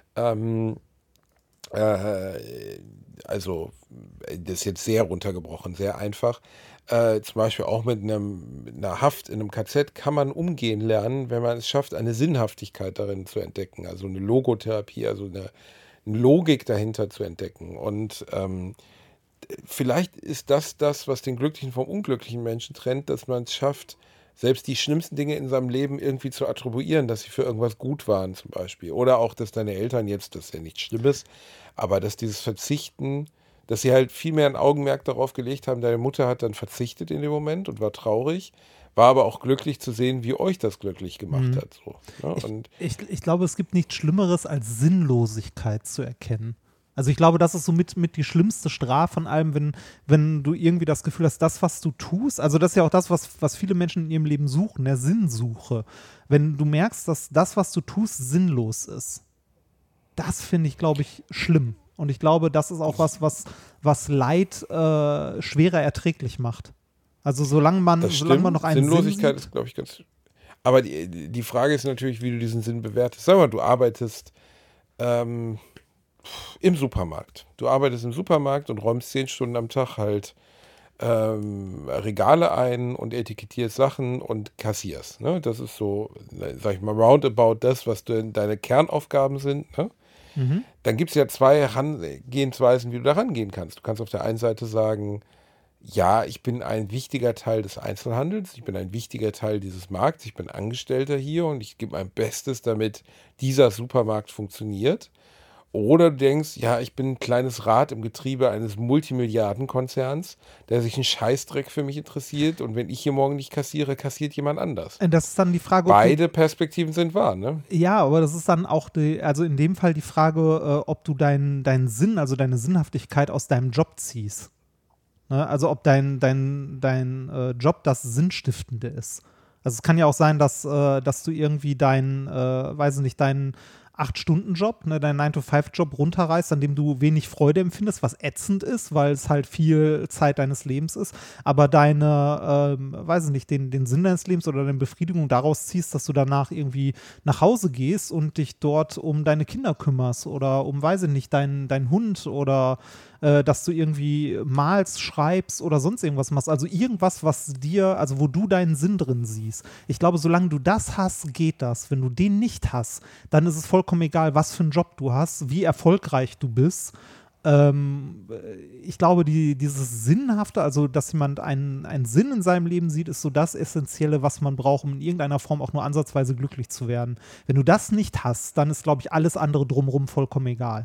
also das ist jetzt sehr runtergebrochen, sehr einfach, zum Beispiel auch mit einer Haft in einem KZ kann man umgehen lernen, wenn man es schafft, eine Sinnhaftigkeit darin zu entdecken, also eine Logotherapie, also eine Logik dahinter zu entdecken. Und vielleicht ist das, was den glücklichen vom unglücklichen Menschen trennt, dass man es schafft, selbst die schlimmsten Dinge in seinem Leben irgendwie zu attribuieren, dass sie für irgendwas gut waren zum Beispiel. Oder auch, dass deine Eltern jetzt, das ist ja nichts Schlimmes, aber dass dieses Verzichten, dass sie halt viel mehr ein Augenmerk darauf gelegt haben, deine Mutter hat dann verzichtet in dem Moment und war traurig, war aber auch glücklich zu sehen, wie euch das glücklich gemacht hat. So, ne? Ich glaube, es gibt nichts Schlimmeres, als Sinnlosigkeit zu erkennen. Also ich glaube, das ist so mit die schlimmste Strafe von allem, wenn du irgendwie das Gefühl hast, das, was du tust, also das ist ja auch das, was viele Menschen in ihrem Leben suchen, der Sinnsuche. Wenn du merkst, dass das, was du tust, sinnlos ist, das finde ich, glaube ich, schlimm. Und ich glaube, das ist auch was Leid schwerer erträglich macht. Also solange man noch einen Sinnlosigkeit Sinn ist, glaube ich, ganz. Aber die Frage ist natürlich, wie du diesen Sinn bewertest. Sag mal, du arbeitest im Supermarkt. Du arbeitest im Supermarkt und räumst 10 Stunden am Tag halt Regale ein und etikettierst Sachen und kassierst. Ne? Das ist so, sag ich mal, roundabout das, was deine Kernaufgaben sind. Ne? Mhm. Dann gibt es ja 2 Herangehensweisen, wie du da rangehen kannst. Du kannst auf der einen Seite sagen, ja, ich bin ein wichtiger Teil des Einzelhandels, ich bin ein wichtiger Teil dieses Markts, ich bin Angestellter hier und ich gebe mein Bestes, damit dieser Supermarkt funktioniert. Oder du denkst, ja, ich bin ein kleines Rad im Getriebe eines Multimilliardenkonzerns, der sich einen Scheißdreck für mich interessiert und wenn ich hier morgen nicht kassiere, kassiert jemand anders. Das ist dann die Frage, Beide Perspektiven sind wahr, ne? ja, aber das ist dann auch, also in dem Fall die Frage, ob du deinen Sinn, also deine Sinnhaftigkeit aus deinem Job ziehst. Ne? Also ob dein Job das Sinnstiftende ist. Also es kann ja auch sein, dass du irgendwie deinen 8-Stunden-Job, ne, deinen 9-to-5-Job runterreißt, an dem du wenig Freude empfindest, was ätzend ist, weil es halt viel Zeit deines Lebens ist, aber den Sinn deines Lebens oder deine Befriedigung daraus ziehst, dass du danach irgendwie nach Hause gehst und dich dort um deine Kinder kümmerst oder um, deinen Hund oder dass du irgendwie malst, schreibst oder sonst irgendwas machst. Also irgendwas, wo du deinen Sinn drin siehst. Ich glaube, solange du das hast, geht das. Wenn du den nicht hast, dann ist es vollkommen egal, was für einen Job du hast, wie erfolgreich du bist. Ich glaube, dieses Sinnhafte, also dass jemand einen Sinn in seinem Leben sieht, ist so das Essentielle, was man braucht, um in irgendeiner Form auch nur ansatzweise glücklich zu werden. Wenn du das nicht hast, dann ist, glaube ich, alles andere drumherum vollkommen egal.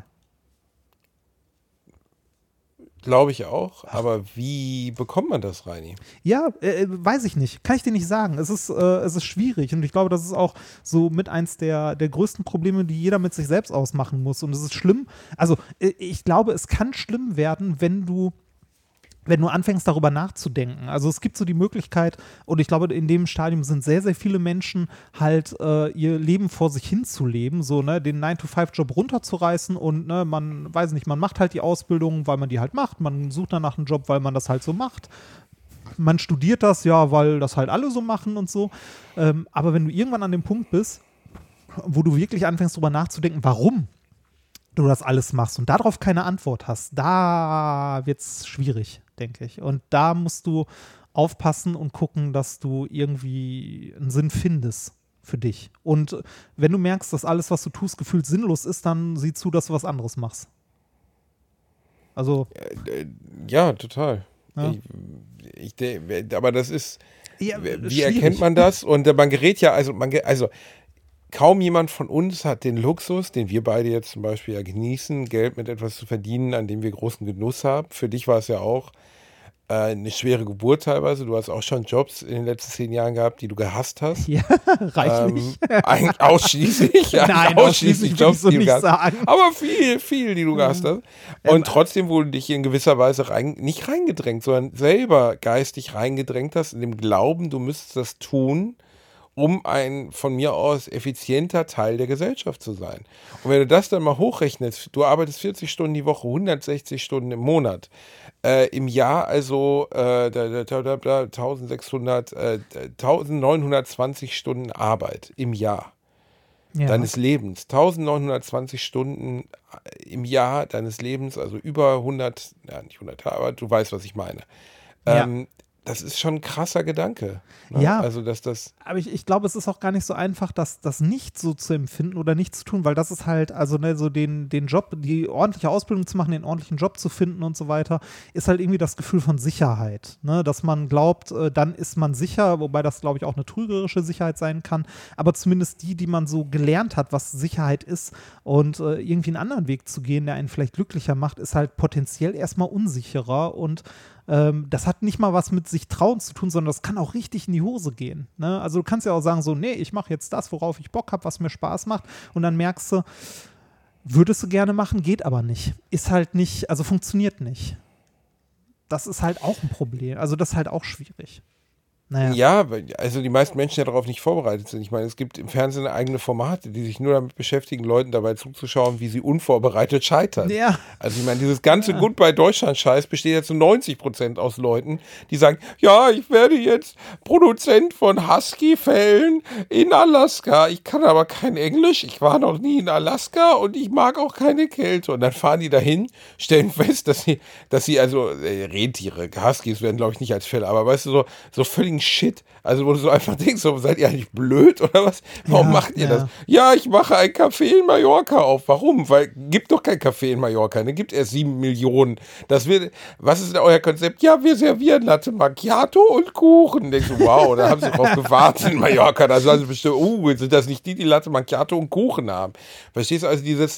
Glaube ich auch, aber wie bekommt man das, Reini? Ja, weiß ich nicht. Kann ich dir nicht sagen. Es ist schwierig und ich glaube, das ist auch so mit eins der größten Probleme, die jeder mit sich selbst ausmachen muss. Und es ist schlimm. Also ich glaube, es kann schlimm werden, wenn du anfängst, darüber nachzudenken. Also es gibt so die Möglichkeit, und ich glaube, in dem Stadium sind sehr, sehr viele Menschen halt ihr Leben vor sich hin zu leben, so, ne, den 9-to-5-Job runterzureißen und, ne, man macht halt die Ausbildung, weil man die halt macht, man sucht danach einen Job, weil man das halt so macht. Man studiert das, ja, weil das halt alle so machen und so. Aber wenn du irgendwann an dem Punkt bist, wo du wirklich anfängst, darüber nachzudenken, warum du das alles machst und darauf keine Antwort hast, da wird es schwierig, denke ich. Und da musst du aufpassen und gucken, dass du irgendwie einen Sinn findest für dich. Und wenn du merkst, dass alles, was du tust, gefühlt sinnlos ist, dann sieh zu, dass du was anderes machst. Also. Ja, total. Ja. Aber das ist, ja, wie erkennt man das? Und man gerät ja, also kaum jemand von uns hat den Luxus, den wir beide jetzt zum Beispiel ja genießen, Geld mit etwas zu verdienen, an dem wir großen Genuss haben. Für dich war es ja auch eine schwere Geburt teilweise. Du hast auch schon Jobs in den letzten 10 Jahren gehabt, die du gehasst hast. Ja, reichlich. Eigentlich ausschließlich. Nein, ausschließlich Jobs, die du nicht gehasst sagen. hast. Aber viel, die du gehasst hast. Und trotzdem wurde dich in gewisser Weise nicht reingedrängt, sondern selber geistig reingedrängt hast, in dem Glauben, du müsstest das tun, um ein von mir aus effizienter Teil der Gesellschaft zu sein. Und wenn du das dann mal hochrechnest, du arbeitest 40 Stunden die Woche, 160 Stunden im Monat, im Jahr also 1920 Stunden Arbeit im Jahr deines Lebens. 1920 Stunden im Jahr deines Lebens, also über 100, ja nicht 100, aber du weißt, was ich meine. Das ist schon ein krasser Gedanke. Ne? Ja, also, dass das aber ich glaube, es ist auch gar nicht so einfach, das nicht so zu empfinden oder nicht zu tun, weil das ist halt, also ne, so den Job, die ordentliche Ausbildung zu machen, den ordentlichen Job zu finden und so weiter, ist halt irgendwie das Gefühl von Sicherheit. Ne? Dass man glaubt, dann ist man sicher, wobei das, glaube ich, auch eine trügerische Sicherheit sein kann, aber zumindest die man so gelernt hat, was Sicherheit ist und irgendwie einen anderen Weg zu gehen, der einen vielleicht glücklicher macht, ist halt potenziell erstmal unsicherer und das hat nicht mal was mit sich trauen zu tun, sondern das kann auch richtig in die Hose gehen. Ne? Also du kannst ja auch sagen so, nee, ich mache jetzt das, worauf ich Bock habe, was mir Spaß macht und dann merkst du, würdest du gerne machen, geht aber nicht. Ist halt nicht, also funktioniert nicht. Das ist halt auch ein Problem. Also das ist halt auch schwierig. Naja. Ja, also die meisten Menschen ja darauf nicht vorbereitet sind. Ich meine, es gibt im Fernsehen eigene Formate, die sich nur damit beschäftigen, Leuten dabei zuzuschauen, wie sie unvorbereitet scheitern. Ja. Also ich meine, dieses ganze Goodbye Deutschland-Scheiß besteht ja zu 90% aus Leuten, die sagen, ja, ich werde jetzt Produzent von Husky-Fellen in Alaska. Ich kann aber kein Englisch, ich war noch nie in Alaska und ich mag auch keine Kälte. Und dann fahren die dahin, stellen fest, dass sie also Rentiere, Huskies werden glaube ich nicht als Fälle, aber weißt du, so völlig Shit. Also wo du so einfach denkst, so, seid ihr eigentlich blöd oder was? Warum macht ihr das? Ja, ich mache ein Café in Mallorca auf. Warum? Weil gibt doch kein Café in Mallorca. Ne? Gibt erst 7 Millionen. Was ist denn euer Konzept? Ja, wir servieren Latte Macchiato und Kuchen. Denkst du, wow, da haben sie drauf gewartet in Mallorca. Da sagen sie bestimmt, sind das nicht die Latte Macchiato und Kuchen haben? Verstehst du also dieses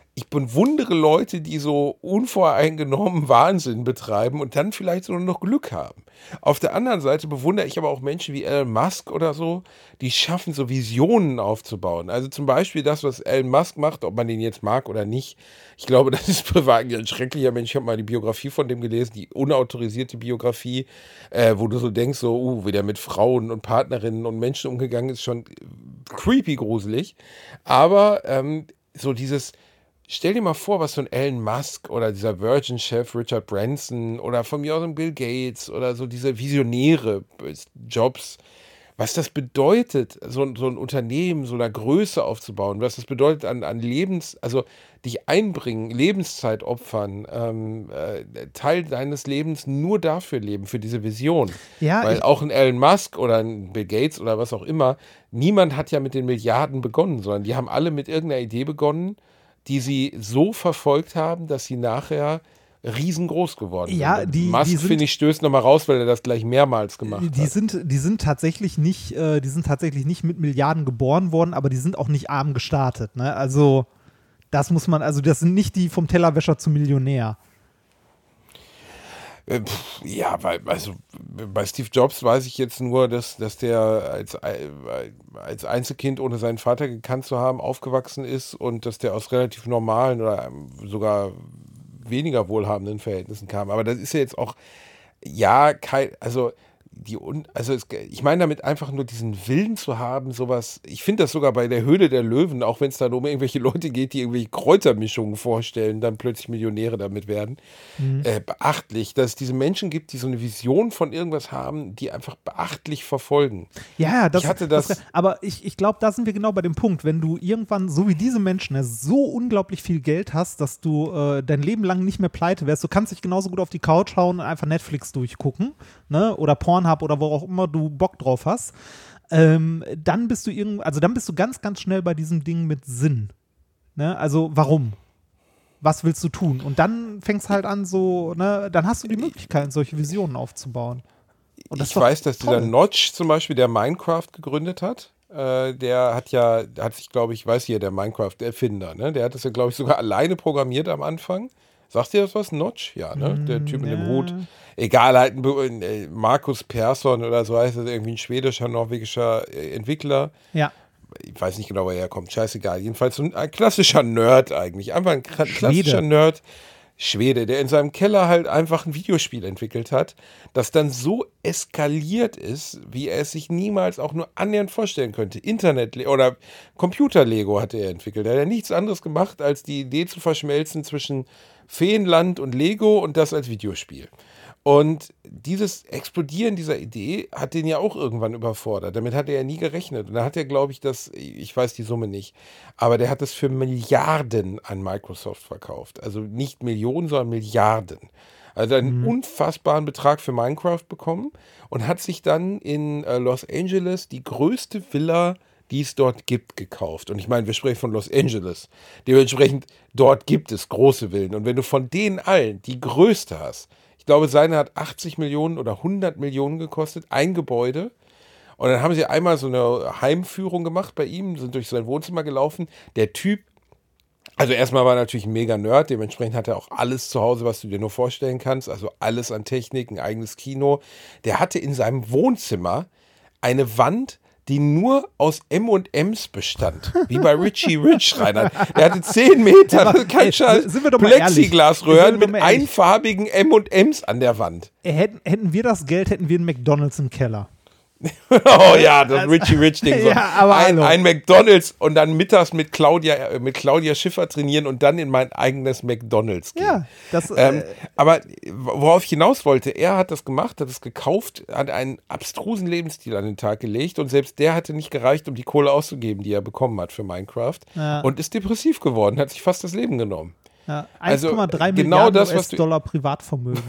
ich bewundere Leute, die so unvoreingenommen Wahnsinn betreiben und dann vielleicht sogar noch Glück haben. Auf der anderen Seite bewundere ich aber auch Menschen wie Elon Musk oder so, die schaffen, so Visionen aufzubauen. Also zum Beispiel das, was Elon Musk macht, ob man den jetzt mag oder nicht. Ich glaube, das ist privat ein schrecklicher Mensch. Ich habe mal die Biografie von dem gelesen, die unautorisierte Biografie, wo du so denkst, so, wie der mit Frauen und Partnerinnen und Menschen umgegangen ist, schon creepy gruselig. Aber so dieses... Stell dir mal vor, was so ein Elon Musk oder dieser Virgin-Chef Richard Branson oder von mir aus ein Bill Gates oder so diese Visionäre, Jobs, was das bedeutet, so ein Unternehmen so einer Größe aufzubauen, was das bedeutet an also dich einbringen, Lebenszeit opfern, Teil deines Lebens nur dafür leben, für diese Vision. Ja, weil auch ein Elon Musk oder ein Bill Gates oder was auch immer, niemand hat ja mit den Milliarden begonnen, sondern die haben alle mit irgendeiner Idee begonnen, die sie so verfolgt haben, dass sie nachher riesengroß geworden sind. Ja, Musk, finde ich, stößt nochmal raus, weil er das gleich mehrmals gemacht hat. Die sind tatsächlich nicht mit Milliarden geboren worden, aber die sind auch nicht arm gestartet. Ne? Also das sind nicht die vom Tellerwäscher zum Millionär. Ja, also bei Steve Jobs weiß ich jetzt nur, dass der als Einzelkind, ohne seinen Vater gekannt zu haben, aufgewachsen ist und dass der aus relativ normalen oder sogar weniger wohlhabenden Verhältnissen kam. Aber das ist ja jetzt auch, ich meine damit einfach nur diesen Willen zu haben, sowas, ich finde das sogar bei der Höhle der Löwen, auch wenn es dann um irgendwelche Leute geht, die irgendwelche Kräutermischungen vorstellen, dann plötzlich Millionäre damit werden, beachtlich, dass es diese Menschen gibt, die so eine Vision von irgendwas haben, die einfach beachtlich verfolgen. Ja, aber ich glaube, da sind wir genau bei dem Punkt, wenn du irgendwann, so wie diese Menschen, so unglaublich viel Geld hast, dass du dein Leben lang nicht mehr pleite wärst, du kannst dich genauso gut auf die Couch hauen und einfach Netflix durchgucken, ne, oder Pornhub oder wo auch immer du Bock drauf hast, dann bist du ganz, ganz schnell bei diesem Ding mit Sinn. Ne? Also warum? Was willst du tun? Und dann fängst halt an so, ne, dann hast du die Möglichkeit, solche Visionen aufzubauen. Und ich weiß, dass dieser Notch zum Beispiel, der Minecraft gegründet hat, der der Minecraft-Erfinder, ne? Der hat das ja, glaube ich, sogar alleine programmiert am Anfang. Sagt dir das was, Notch? Ja, ne? Der Typ mit dem Hut. Egal, halt Markus Persson oder so heißt das, irgendwie ein schwedischer, norwegischer Entwickler. Ja. Ich weiß nicht genau, wo er herkommt. Scheißegal. Jedenfalls ein klassischer Nerd eigentlich. Einfach ein klassischer Nerd. Schwede, der in seinem Keller halt einfach ein Videospiel entwickelt hat, das dann so eskaliert ist, wie er es sich niemals auch nur annähernd vorstellen könnte. Oder Computer-Lego hat er entwickelt. Er hat ja nichts anderes gemacht, als die Idee zu verschmelzen zwischen Feenland und Lego und das als Videospiel. Und dieses Explodieren dieser Idee hat den ja auch irgendwann überfordert. Damit hat er ja nie gerechnet. Und da hat er, glaube ich, ich weiß die Summe nicht, aber der hat es für Milliarden an Microsoft verkauft. Also nicht Millionen, sondern Milliarden. Also einen unfassbaren Betrag für Minecraft bekommen und hat sich dann in Los Angeles die größte Villa, die es dort gibt, gekauft. Und ich meine, wir sprechen von Los Angeles. Dementsprechend, dort gibt es große Villen. Und wenn du von denen allen die größte hast, ich glaube, seine hat 80 Millionen oder 100 Millionen gekostet, ein Gebäude. Und dann haben sie einmal so eine Heimführung gemacht bei ihm, sind durch sein Wohnzimmer gelaufen. Der Typ, also erstmal war er natürlich ein mega Nerd, dementsprechend hat er auch alles zu Hause, was du dir nur vorstellen kannst, also alles an Technik, ein eigenes Kino. Der hatte in seinem Wohnzimmer eine Wand, die nur aus M&M's bestand. Wie bei Richie Rich, Reinhard. Der hatte 10 Meter, kein Scheiß, Plexiglasröhren mit einfarbigen M&M's an der Wand. Hätten wir das Geld, hätten wir einen McDonald's im Keller. Oh ja, das Richie Rich-Ding. So. Ja, aber ein McDonald's und dann mittags mit Claudia Schiffer trainieren und dann in mein eigenes McDonald's gehen. Ja, das, aber worauf ich hinaus wollte, er hat das gemacht, hat es gekauft, hat einen abstrusen Lebensstil an den Tag gelegt und selbst der hatte nicht gereicht, um die Kohle auszugeben, die er bekommen hat für Minecraft, und ist depressiv geworden, hat sich fast das Leben genommen. Ja, 1,3 Milliarden US-Dollar Privatvermögen.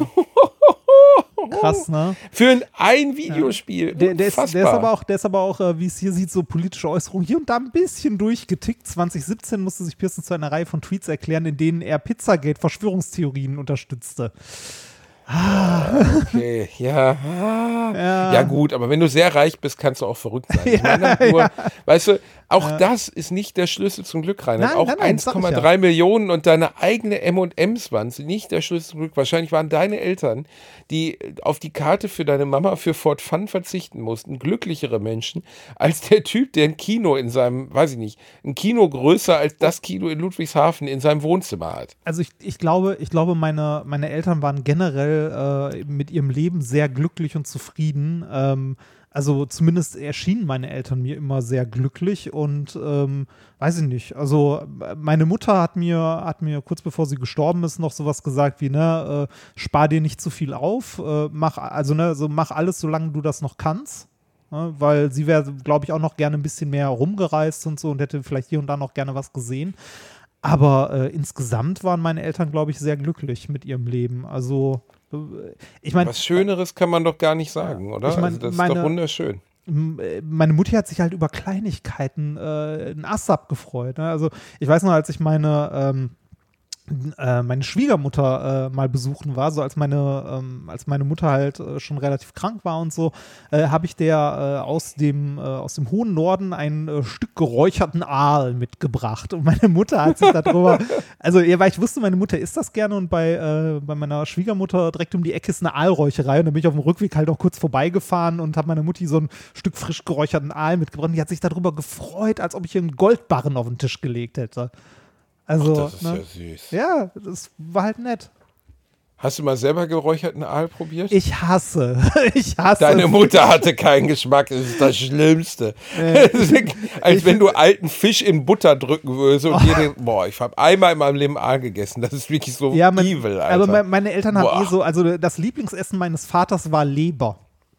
Krass, ne? Für ein Videospiel. Der ist aber auch, wie es hier sieht, so politische Äußerungen hier und da ein bisschen durchgetickt. 2017 musste sich Pearson zu einer Reihe von Tweets erklären, in denen er Pizzagate-Verschwörungstheorien unterstützte. Okay, ja. Ja gut, aber wenn du sehr reich bist, kannst du auch verrückt sein. Ich meine nur, weißt du, auch das ist nicht der Schlüssel zum Glück, Reinhard. Auch 1,3 Millionen und deine eigene M&M's waren nicht der Schlüssel zum Glück. Wahrscheinlich waren deine Eltern, die auf die Karte für deine Mama für Fort Fun verzichten mussten, glücklichere Menschen als der Typ, der ein Kino in seinem, weiß ich nicht, ein Kino größer als das Kino in Ludwigshafen in seinem Wohnzimmer hat. Also ich glaube, meine Eltern waren generell mit ihrem Leben sehr glücklich und zufrieden. Also zumindest erschienen meine Eltern mir immer sehr glücklich und weiß ich nicht. Also meine Mutter hat mir kurz bevor sie gestorben ist noch sowas gesagt wie, spar dir nicht zu viel auf, mach alles, solange du das noch kannst. Weil sie wäre, glaube ich, auch noch gerne ein bisschen mehr rumgereist und so und hätte vielleicht hier und da noch gerne was gesehen. Aber insgesamt waren meine Eltern, glaube ich, sehr glücklich mit ihrem Leben. Also ich meine, was Schöneres kann man doch gar nicht sagen, oder? Ich mein, das ist doch wunderschön. Meine Mutti hat sich halt über Kleinigkeiten einen Ast abgefreut. Ne? Also ich weiß noch, als ich meine Schwiegermutter mal besuchen war, so als meine Mutter halt schon relativ krank war und so, habe ich der aus dem hohen Norden ein Stück geräucherten Aal mitgebracht. Und meine Mutter hat sich darüber, weil ich wusste, meine Mutter isst das gerne und bei meiner Schwiegermutter direkt um die Ecke ist eine Aalräucherei und dann bin ich auf dem Rückweg halt auch kurz vorbeigefahren und habe meiner Mutti so ein Stück frisch geräucherten Aal mitgebracht und die hat sich darüber gefreut, als ob ich ihr einen Goldbarren auf den Tisch gelegt hätte. Also, das ist ja süß. Ja, das war halt nett. Hast du mal selber geräucherten Aal probiert? Ich hasse. Deine Mutter hatte keinen Geschmack, das ist das Schlimmste. Als wenn du alten Fisch in Butter drücken würdest und ich habe einmal in meinem Leben Aal gegessen. Das ist wirklich so evil, Alter. Aber meine Eltern haben also das Lieblingsessen meines Vaters war Leber.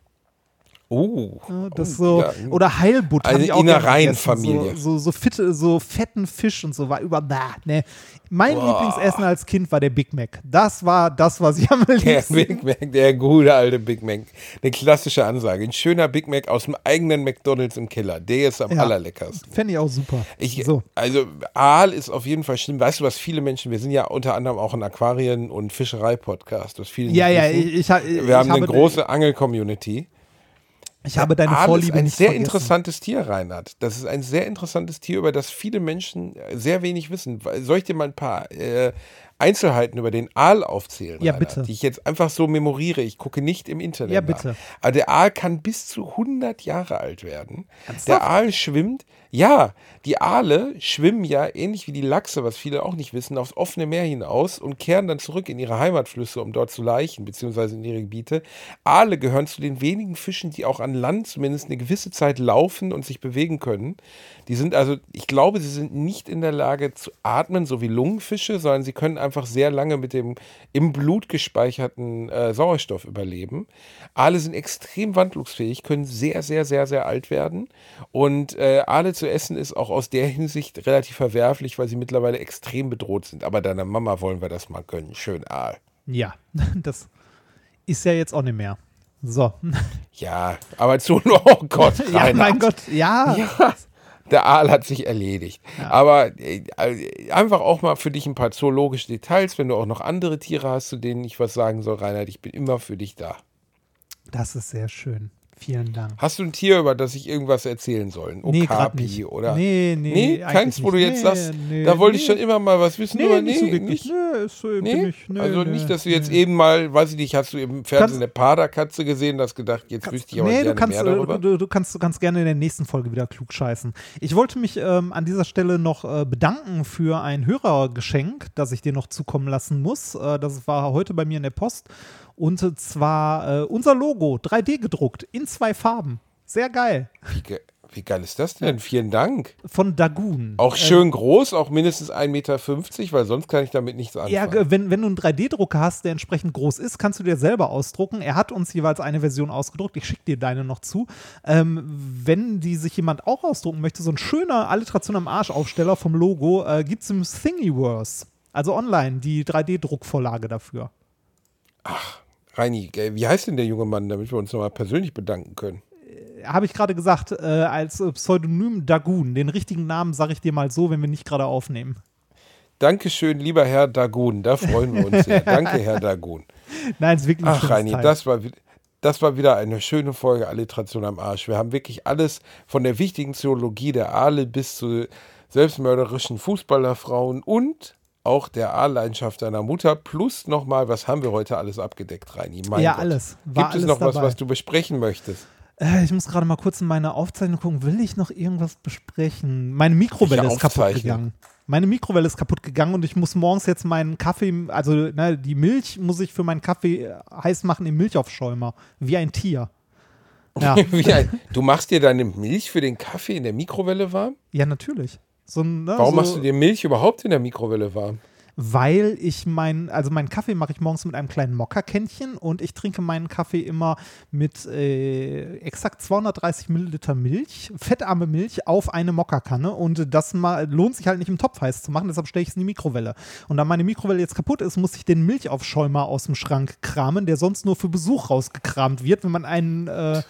Oder Heilbutt. Eine Innereienfamilie. So fetten Fisch und so war Mein Lieblingsessen als Kind war der Big Mac. Das war das, was ich am liebsten. Der Big Mac, der gute alte Big Mac. Eine klassische Ansage. Ein schöner Big Mac aus dem eigenen McDonald's im Keller. Der ist am allerleckersten. Fände ich auch super. Also Aal ist auf jeden Fall schlimm. Weißt du, was viele Menschen, wir sind ja unter anderem auch ein Aquarien- und Fischerei-Podcast. Wir haben eine große Angel-Community. Ich habe deine Vorliebe nicht vergessen. Das ist ein sehr interessantes Tier, Reinhard. Das ist ein sehr interessantes Tier, über das viele Menschen sehr wenig wissen. Soll ich dir mal ein paar Einzelheiten über den Aal aufzählen, ja, Reinhard, bitte. Die ich jetzt einfach so memoriere? Ich gucke nicht im Internet nach. Bitte. Aber der Aal kann bis zu 100 Jahre alt werden. Ernsthaft? Der Aal schwimmt. Ja, die Aale schwimmen ja, ähnlich wie die Lachse, was viele auch nicht wissen, aufs offene Meer hinaus und kehren dann zurück in ihre Heimatflüsse, um dort zu laichen, beziehungsweise in ihre Gebiete. Aale gehören zu den wenigen Fischen, die auch an Land zumindest eine gewisse Zeit laufen und sich bewegen können. Die sind also, ich glaube, sie sind nicht in der Lage zu atmen, so wie Lungenfische, sondern sie können einfach sehr lange mit dem im Blut gespeicherten Sauerstoff überleben. Aale sind extrem wandlungsfähig, können sehr, sehr, sehr, sehr alt werden und Aale zu essen ist auch aus der Hinsicht relativ verwerflich, weil sie mittlerweile extrem bedroht sind. Aber deiner Mama wollen wir das mal gönnen. Schön Aal. Ja, das ist ja jetzt auch nicht mehr. So. Ja, aber oh Gott, Reinhard. Ja, mein Gott, ja. Der Aal hat sich erledigt. Ja. Aber einfach auch mal für dich ein paar zoologische Details, wenn du auch noch andere Tiere hast, zu denen ich was sagen soll, Reinhard, ich bin immer für dich da. Das ist sehr schön. Vielen Dank. Hast du ein Tier, über das ich irgendwas erzählen soll? Ein Okapi oder? Nee, keins, wo du jetzt sagst, da wollte ich schon immer mal was wissen. Nicht so wirklich. Nicht, dass du jetzt eben mal, weiß ich nicht, hast du im Fernsehen eine Paderkatze gesehen, hast gedacht, jetzt wüsste ich aber gerne mehr darüber. Du kannst gerne in der nächsten Folge wieder klug scheißen. Ich wollte mich an dieser Stelle noch bedanken für ein Hörergeschenk, das ich dir noch zukommen lassen muss. Das war heute bei mir in der Post. Und zwar unser Logo, 3D gedruckt, in 2 Farben. Sehr geil. Wie geil ist das denn? Vielen Dank. Von Dagoon. Auch schön groß, auch mindestens 1,50 Meter, weil sonst kann ich damit nichts anfangen. Ja, wenn du einen 3D-Drucker hast, der entsprechend groß ist, kannst du dir selber ausdrucken. Er hat uns jeweils eine Version ausgedruckt. Ich schicke dir deine noch zu. Wenn die sich jemand auch ausdrucken möchte, so ein schöner Alliteration am Arsch-Aufsteller vom Logo, gibt es im Thingiverse, also online, die 3D-Druckvorlage dafür. Ach, Reini, wie heißt denn der junge Mann, damit wir uns nochmal persönlich bedanken können? Habe ich gerade gesagt, als Pseudonym Dagoon. Den richtigen Namen sage ich dir mal so, wenn wir nicht gerade aufnehmen. Dankeschön, lieber Herr Dagoon, da freuen wir uns sehr. Danke, Herr Dagoon. Nein, es ist wirklich ein Ach, schönes Reini, Teil. das war wieder eine schöne Folge Alliteration am Arsch. Wir haben wirklich alles von der wichtigen Zoologie der Aale bis zu selbstmörderischen Fußballerfrauen und auch der Aalleidenschaft deiner Mutter plus nochmal, was haben wir heute alles abgedeckt, Reini? Mein Ja, Gott. alles. War Gibt es alles noch dabei. was du besprechen möchtest? Ich muss gerade mal kurz in meine Aufzeichnung gucken. Will ich noch irgendwas besprechen? Meine Mikrowelle Welche ist kaputt Aufzeichnung? gegangen. Meine Mikrowelle ist kaputt gegangen und ich muss morgens jetzt meinen Kaffee, also die Milch muss ich für meinen Kaffee heiß machen im Milchaufschäumer. Wie ein Tier. Ja, Du machst dir deine Milch für den Kaffee in der Mikrowelle warm? ja natürlich. Warum machst du dir Milch überhaupt in der Mikrowelle warm? Weil ich meinen Kaffee mache ich morgens mit einem kleinen Mokka-Kännchen und ich trinke meinen Kaffee immer mit exakt 230 Milliliter Milch, fettarme Milch auf eine Mokka-Kanne und das lohnt sich halt nicht im Topf heiß zu machen, deshalb stelle ich es in die Mikrowelle. Und da meine Mikrowelle jetzt kaputt ist, muss ich den Milchaufschäumer aus dem Schrank kramen, der sonst nur für Besuch rausgekramt wird, wenn man einen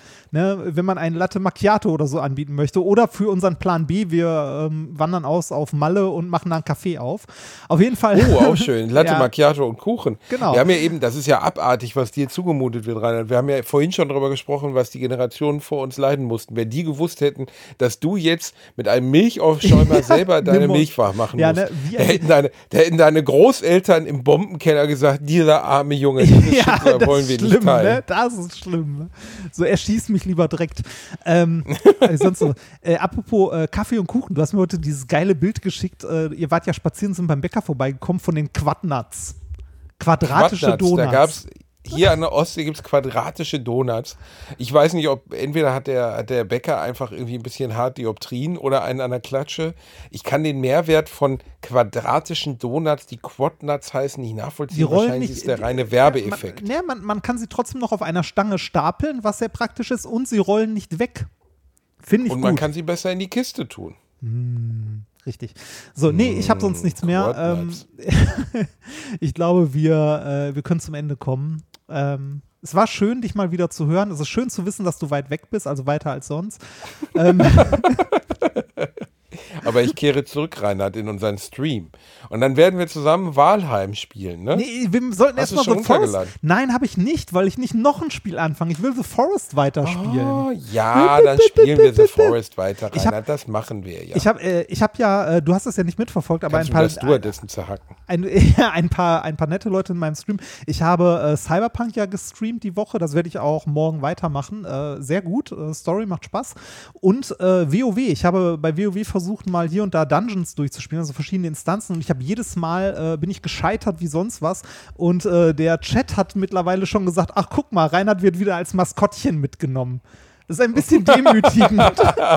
Latte Macchiato oder so anbieten möchte oder für unseren Plan B, wir wandern aus auf Malle und machen da einen Kaffee auf. Auf jeden Fall. Oh, auch schön. Latte Ja. Macchiato und Kuchen. Genau. Wir haben ja eben, das ist ja abartig, was dir zugemutet wird, Reinhard. Wir haben ja vorhin schon darüber gesprochen, was die Generationen vor uns leiden mussten. Wenn die gewusst hätten, dass du jetzt mit einem Milchaufschäumer selber deine Milch warm machen Ja, musst. ne, Da hätten deine Großeltern im Bombenkeller gesagt, dieser arme Junge, dieses Schicksal das wollen ist wir schlimm, nicht teilen. ne? Das ist schlimm. Ne? So, er schießt mich lieber direkt. Sonst so. Apropos Kaffee und Kuchen, du hast mir heute dieses geile Bild geschickt. Ihr wart ja spazieren, sind beim Bäcker vorbeigekommen von den Quadnuts. Quadratische Quadnuts, Donuts. da gab's hier an der Ostsee gibt es quadratische Donuts. Ich weiß nicht, ob entweder hat der Bäcker einfach irgendwie ein bisschen hart Dioptrien oder einen an der Klatsche. Ich kann den Mehrwert von quadratischen Donuts, die Quadnuts heißen, nicht nachvollziehen. Die rollen Wahrscheinlich nicht, ist der reine Werbeeffekt. Man kann sie trotzdem noch auf einer Stange stapeln, was sehr praktisch ist, und sie rollen nicht weg. Finde ich Und gut. man kann sie besser in die Kiste tun. Richtig. So, nee, ich habe sonst nichts mehr. Quadnuts. Ich glaube, wir können zum Ende kommen. Es war schön, dich mal wieder zu hören. Es ist schön zu wissen, dass du weit weg bist, also weiter als sonst. Aber ich kehre zurück, Reinhard, in unseren Stream. Und dann werden wir zusammen Walheim spielen, ne? Nee, wir sollten Hast du erstmal schon The Forest. runtergeladen? Nein, habe ich nicht, weil ich nicht noch ein Spiel anfange. Ich will The Forest weiterspielen. Oh, ja, dann spielen wir The Forest weiter, Ich hab- Reinhard. Das machen wir ja. Ich habe ja, du hast es ja nicht mitverfolgt, aber Kannst du ein das paar, Stewardessen zerhacken? ein paar nette Leute in meinem Stream. Ich habe Cyberpunk ja gestreamt die Woche, das werde ich auch morgen weitermachen. Sehr gut, Story macht Spaß. Und WoW, ich habe bei WoW versucht, mal hier und da Dungeons durchzuspielen, also verschiedene Instanzen, und ich habe jedes Mal, bin ich gescheitert wie sonst was, und der Chat hat mittlerweile schon gesagt, ach guck mal, Reinhard wird wieder als Maskottchen mitgenommen. Das ist ein bisschen demütigend.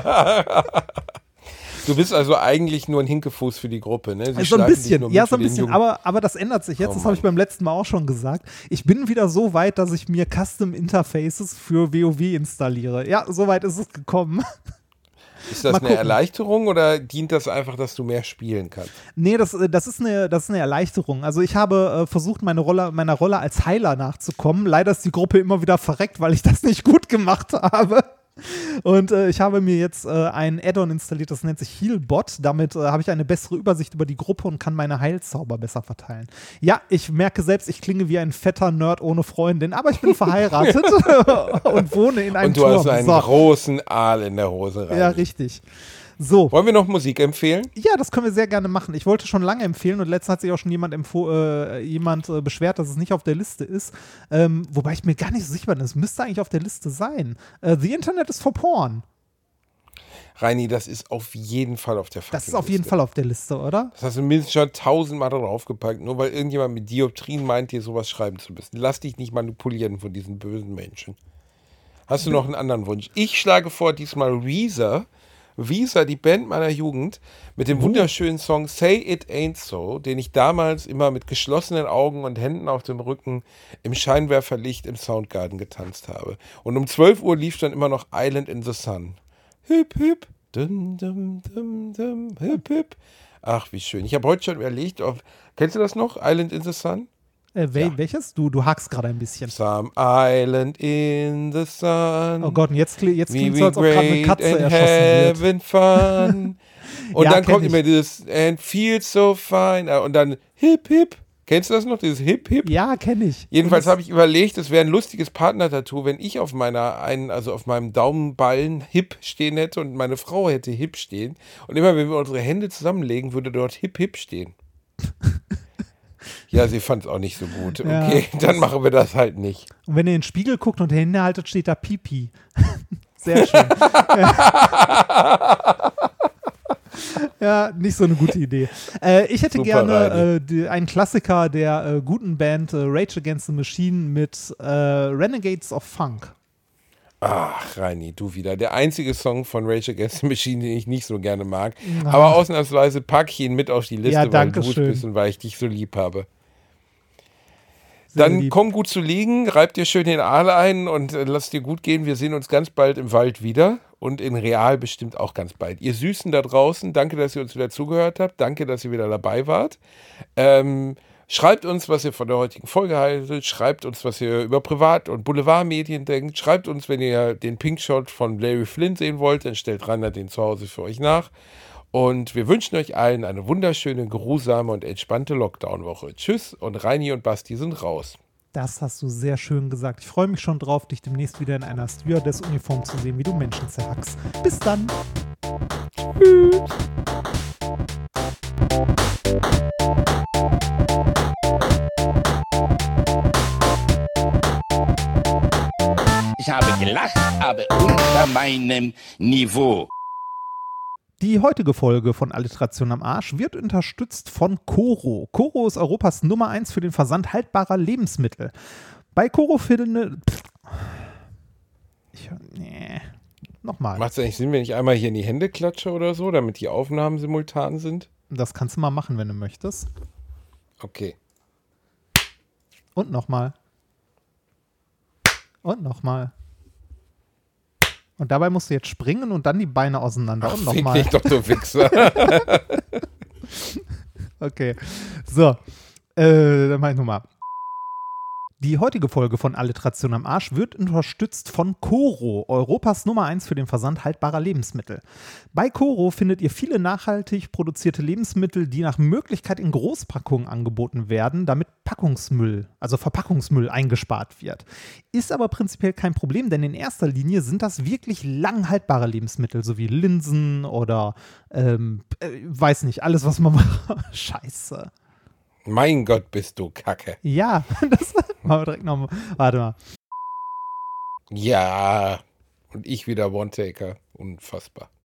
Du bist also eigentlich nur ein Hinkefuß für die Gruppe, ne? Sie So ein schleifen dich bisschen, nur ja, mit so ein für den bisschen, Jungen. aber das ändert sich jetzt, Oh das habe ich beim letzten Mal auch schon gesagt. Ich bin wieder so weit, dass ich mir Custom Interfaces für WoW installiere. Ja, so weit ist es gekommen. Ist das mal eine gucken. Erleichterung oder dient das einfach, dass du mehr spielen kannst? Nee, das ist eine Erleichterung. Also ich habe versucht, meiner Rolle als Heiler nachzukommen. Leider ist die Gruppe immer wieder verreckt, weil ich das nicht gut gemacht habe. Und ich habe mir jetzt ein Add-on installiert, das nennt sich Healbot. Damit habe ich eine bessere Übersicht über die Gruppe und kann meine Heilzauber besser verteilen. Ja, ich merke selbst, ich klinge wie ein fetter Nerd ohne Freundin, aber ich bin verheiratet und wohne in einem Und du Turm. hast einen So. großen Aal in der Hose rein. Ja, richtig. So. Wollen wir noch Musik empfehlen? Ja, das können wir sehr gerne machen. Ich wollte schon lange empfehlen und letztens hat sich auch schon jemand beschwert, dass es nicht auf der Liste ist. Wobei ich mir gar nicht so sicher bin, es müsste eigentlich auf der Liste sein. The Internet is for Porn. Reini, das ist auf jeden Fall auf der fucking Das ist auf jeden Liste. Fall auf der Liste, oder? Das hast du mindestens schon 1000-mal draufgepackt, nur weil irgendjemand mit Dioptrien meint, dir sowas schreiben zu müssen. Lass dich nicht manipulieren von diesen bösen Menschen. Hast du noch einen anderen Wunsch? Ich schlage vor, diesmal Weezer, die Band meiner Jugend, mit dem wunderschönen Song Say It Ain't So, den ich damals immer mit geschlossenen Augen und Händen auf dem Rücken im Scheinwerferlicht im Soundgarden getanzt habe. Und um 12 Uhr lief dann immer noch Island in the Sun. Hüp, hüp, dum, dum, dum, dum, hüp, hüp. Ach, wie schön. Ich habe heute schon überlegt, kennst du das noch? Island in the Sun? Welches? Du hakst gerade ein bisschen. Some Island in the Sun. Oh Gott, und jetzt klingt We es so, als ob gerade eine great Katze and erschossen wird. having fun. Und Ja, dann kenn kommt ich. immer dieses and feels so fine. Und dann hip hip, Kennst du das noch, dieses Hip Hip? Ja, kenne ich. Jedenfalls habe ich überlegt, es wäre ein lustiges Partner-Tattoo, wenn ich auf auf meinem Daumenballen Hip stehen hätte und meine Frau hätte Hip stehen. Und immer wenn wir unsere Hände zusammenlegen, würde dort Hip Hip stehen. Ja, sie fand es auch nicht so gut. Okay, Ja. dann machen wir das halt nicht. Und wenn ihr in den Spiegel guckt und die Hände haltet, steht da Pipi. Sehr schön. Ja, nicht so eine gute Idee. Ich hätte Super, gerne einen Klassiker der guten Band Rage Against the Machine mit Renegades of Funk. Ach, Reini, du wieder. Der einzige Song von Rage Against the Machine, den ich nicht so gerne mag. Aber ausnahmsweise packe ich ihn mit auf die Liste, Ja, weil danke du es schön. bist und weil ich dich so lieb habe. Sehr Dann lieb. komm gut zu liegen, reib dir schön den Aal ein und lass dir gut gehen. Wir sehen uns ganz bald im Wald wieder und in Real bestimmt auch ganz bald. Ihr Süßen da draußen, danke, dass ihr uns wieder zugehört habt. Danke, dass ihr wieder dabei wart. Schreibt uns, was ihr von der heutigen Folge haltet. Schreibt uns, was ihr über Privat- und Boulevardmedien denkt. Schreibt uns, wenn ihr den Pinkshot von Larry Flynn sehen wollt, dann stellt Rainer den zu Hause für euch nach. Und wir wünschen euch allen eine wunderschöne, geruhsame und entspannte Lockdown-Woche. Tschüss und Reini und Basti sind raus. Das hast du sehr schön gesagt. Ich freue mich schon drauf, dich demnächst wieder in einer Stewardess-Uniform zu sehen, wie du Menschen zerhackst. Bis dann. Ich habe gelacht, aber unter meinem Niveau. Die heutige Folge von Alliteration am Arsch wird unterstützt von Coro. Coro ist Europas Nummer 1 für den Versand haltbarer Lebensmittel. Bei Coro findet... Nochmal. Macht es eigentlich Sinn, wenn ich einmal hier in die Hände klatsche oder so, damit die Aufnahmen simultan sind? Das kannst du mal machen, wenn du möchtest. Okay. Und nochmal. Und nochmal. Und dabei musst du jetzt springen und dann die Beine auseinander. Und Fick nochmal. dich doch, du Wichser. Okay. So. Dann mach ich nochmal. Die heutige Folge von Alliteration am Arsch wird unterstützt von Coro, Europas Nummer 1 für den Versand haltbarer Lebensmittel. Bei Coro findet ihr viele nachhaltig produzierte Lebensmittel, die nach Möglichkeit in Großpackungen angeboten werden, damit Packungsmüll, also Verpackungsmüll eingespart wird. Ist aber prinzipiell kein Problem, denn in erster Linie sind das wirklich lang haltbare Lebensmittel, so wie Linsen oder, weiß nicht, alles, was man Scheiße. Mein Gott, bist du Kacke. Ja, das machen wir direkt nochmal. Warte mal. Ja. Und ich wieder One-Taker. Unfassbar.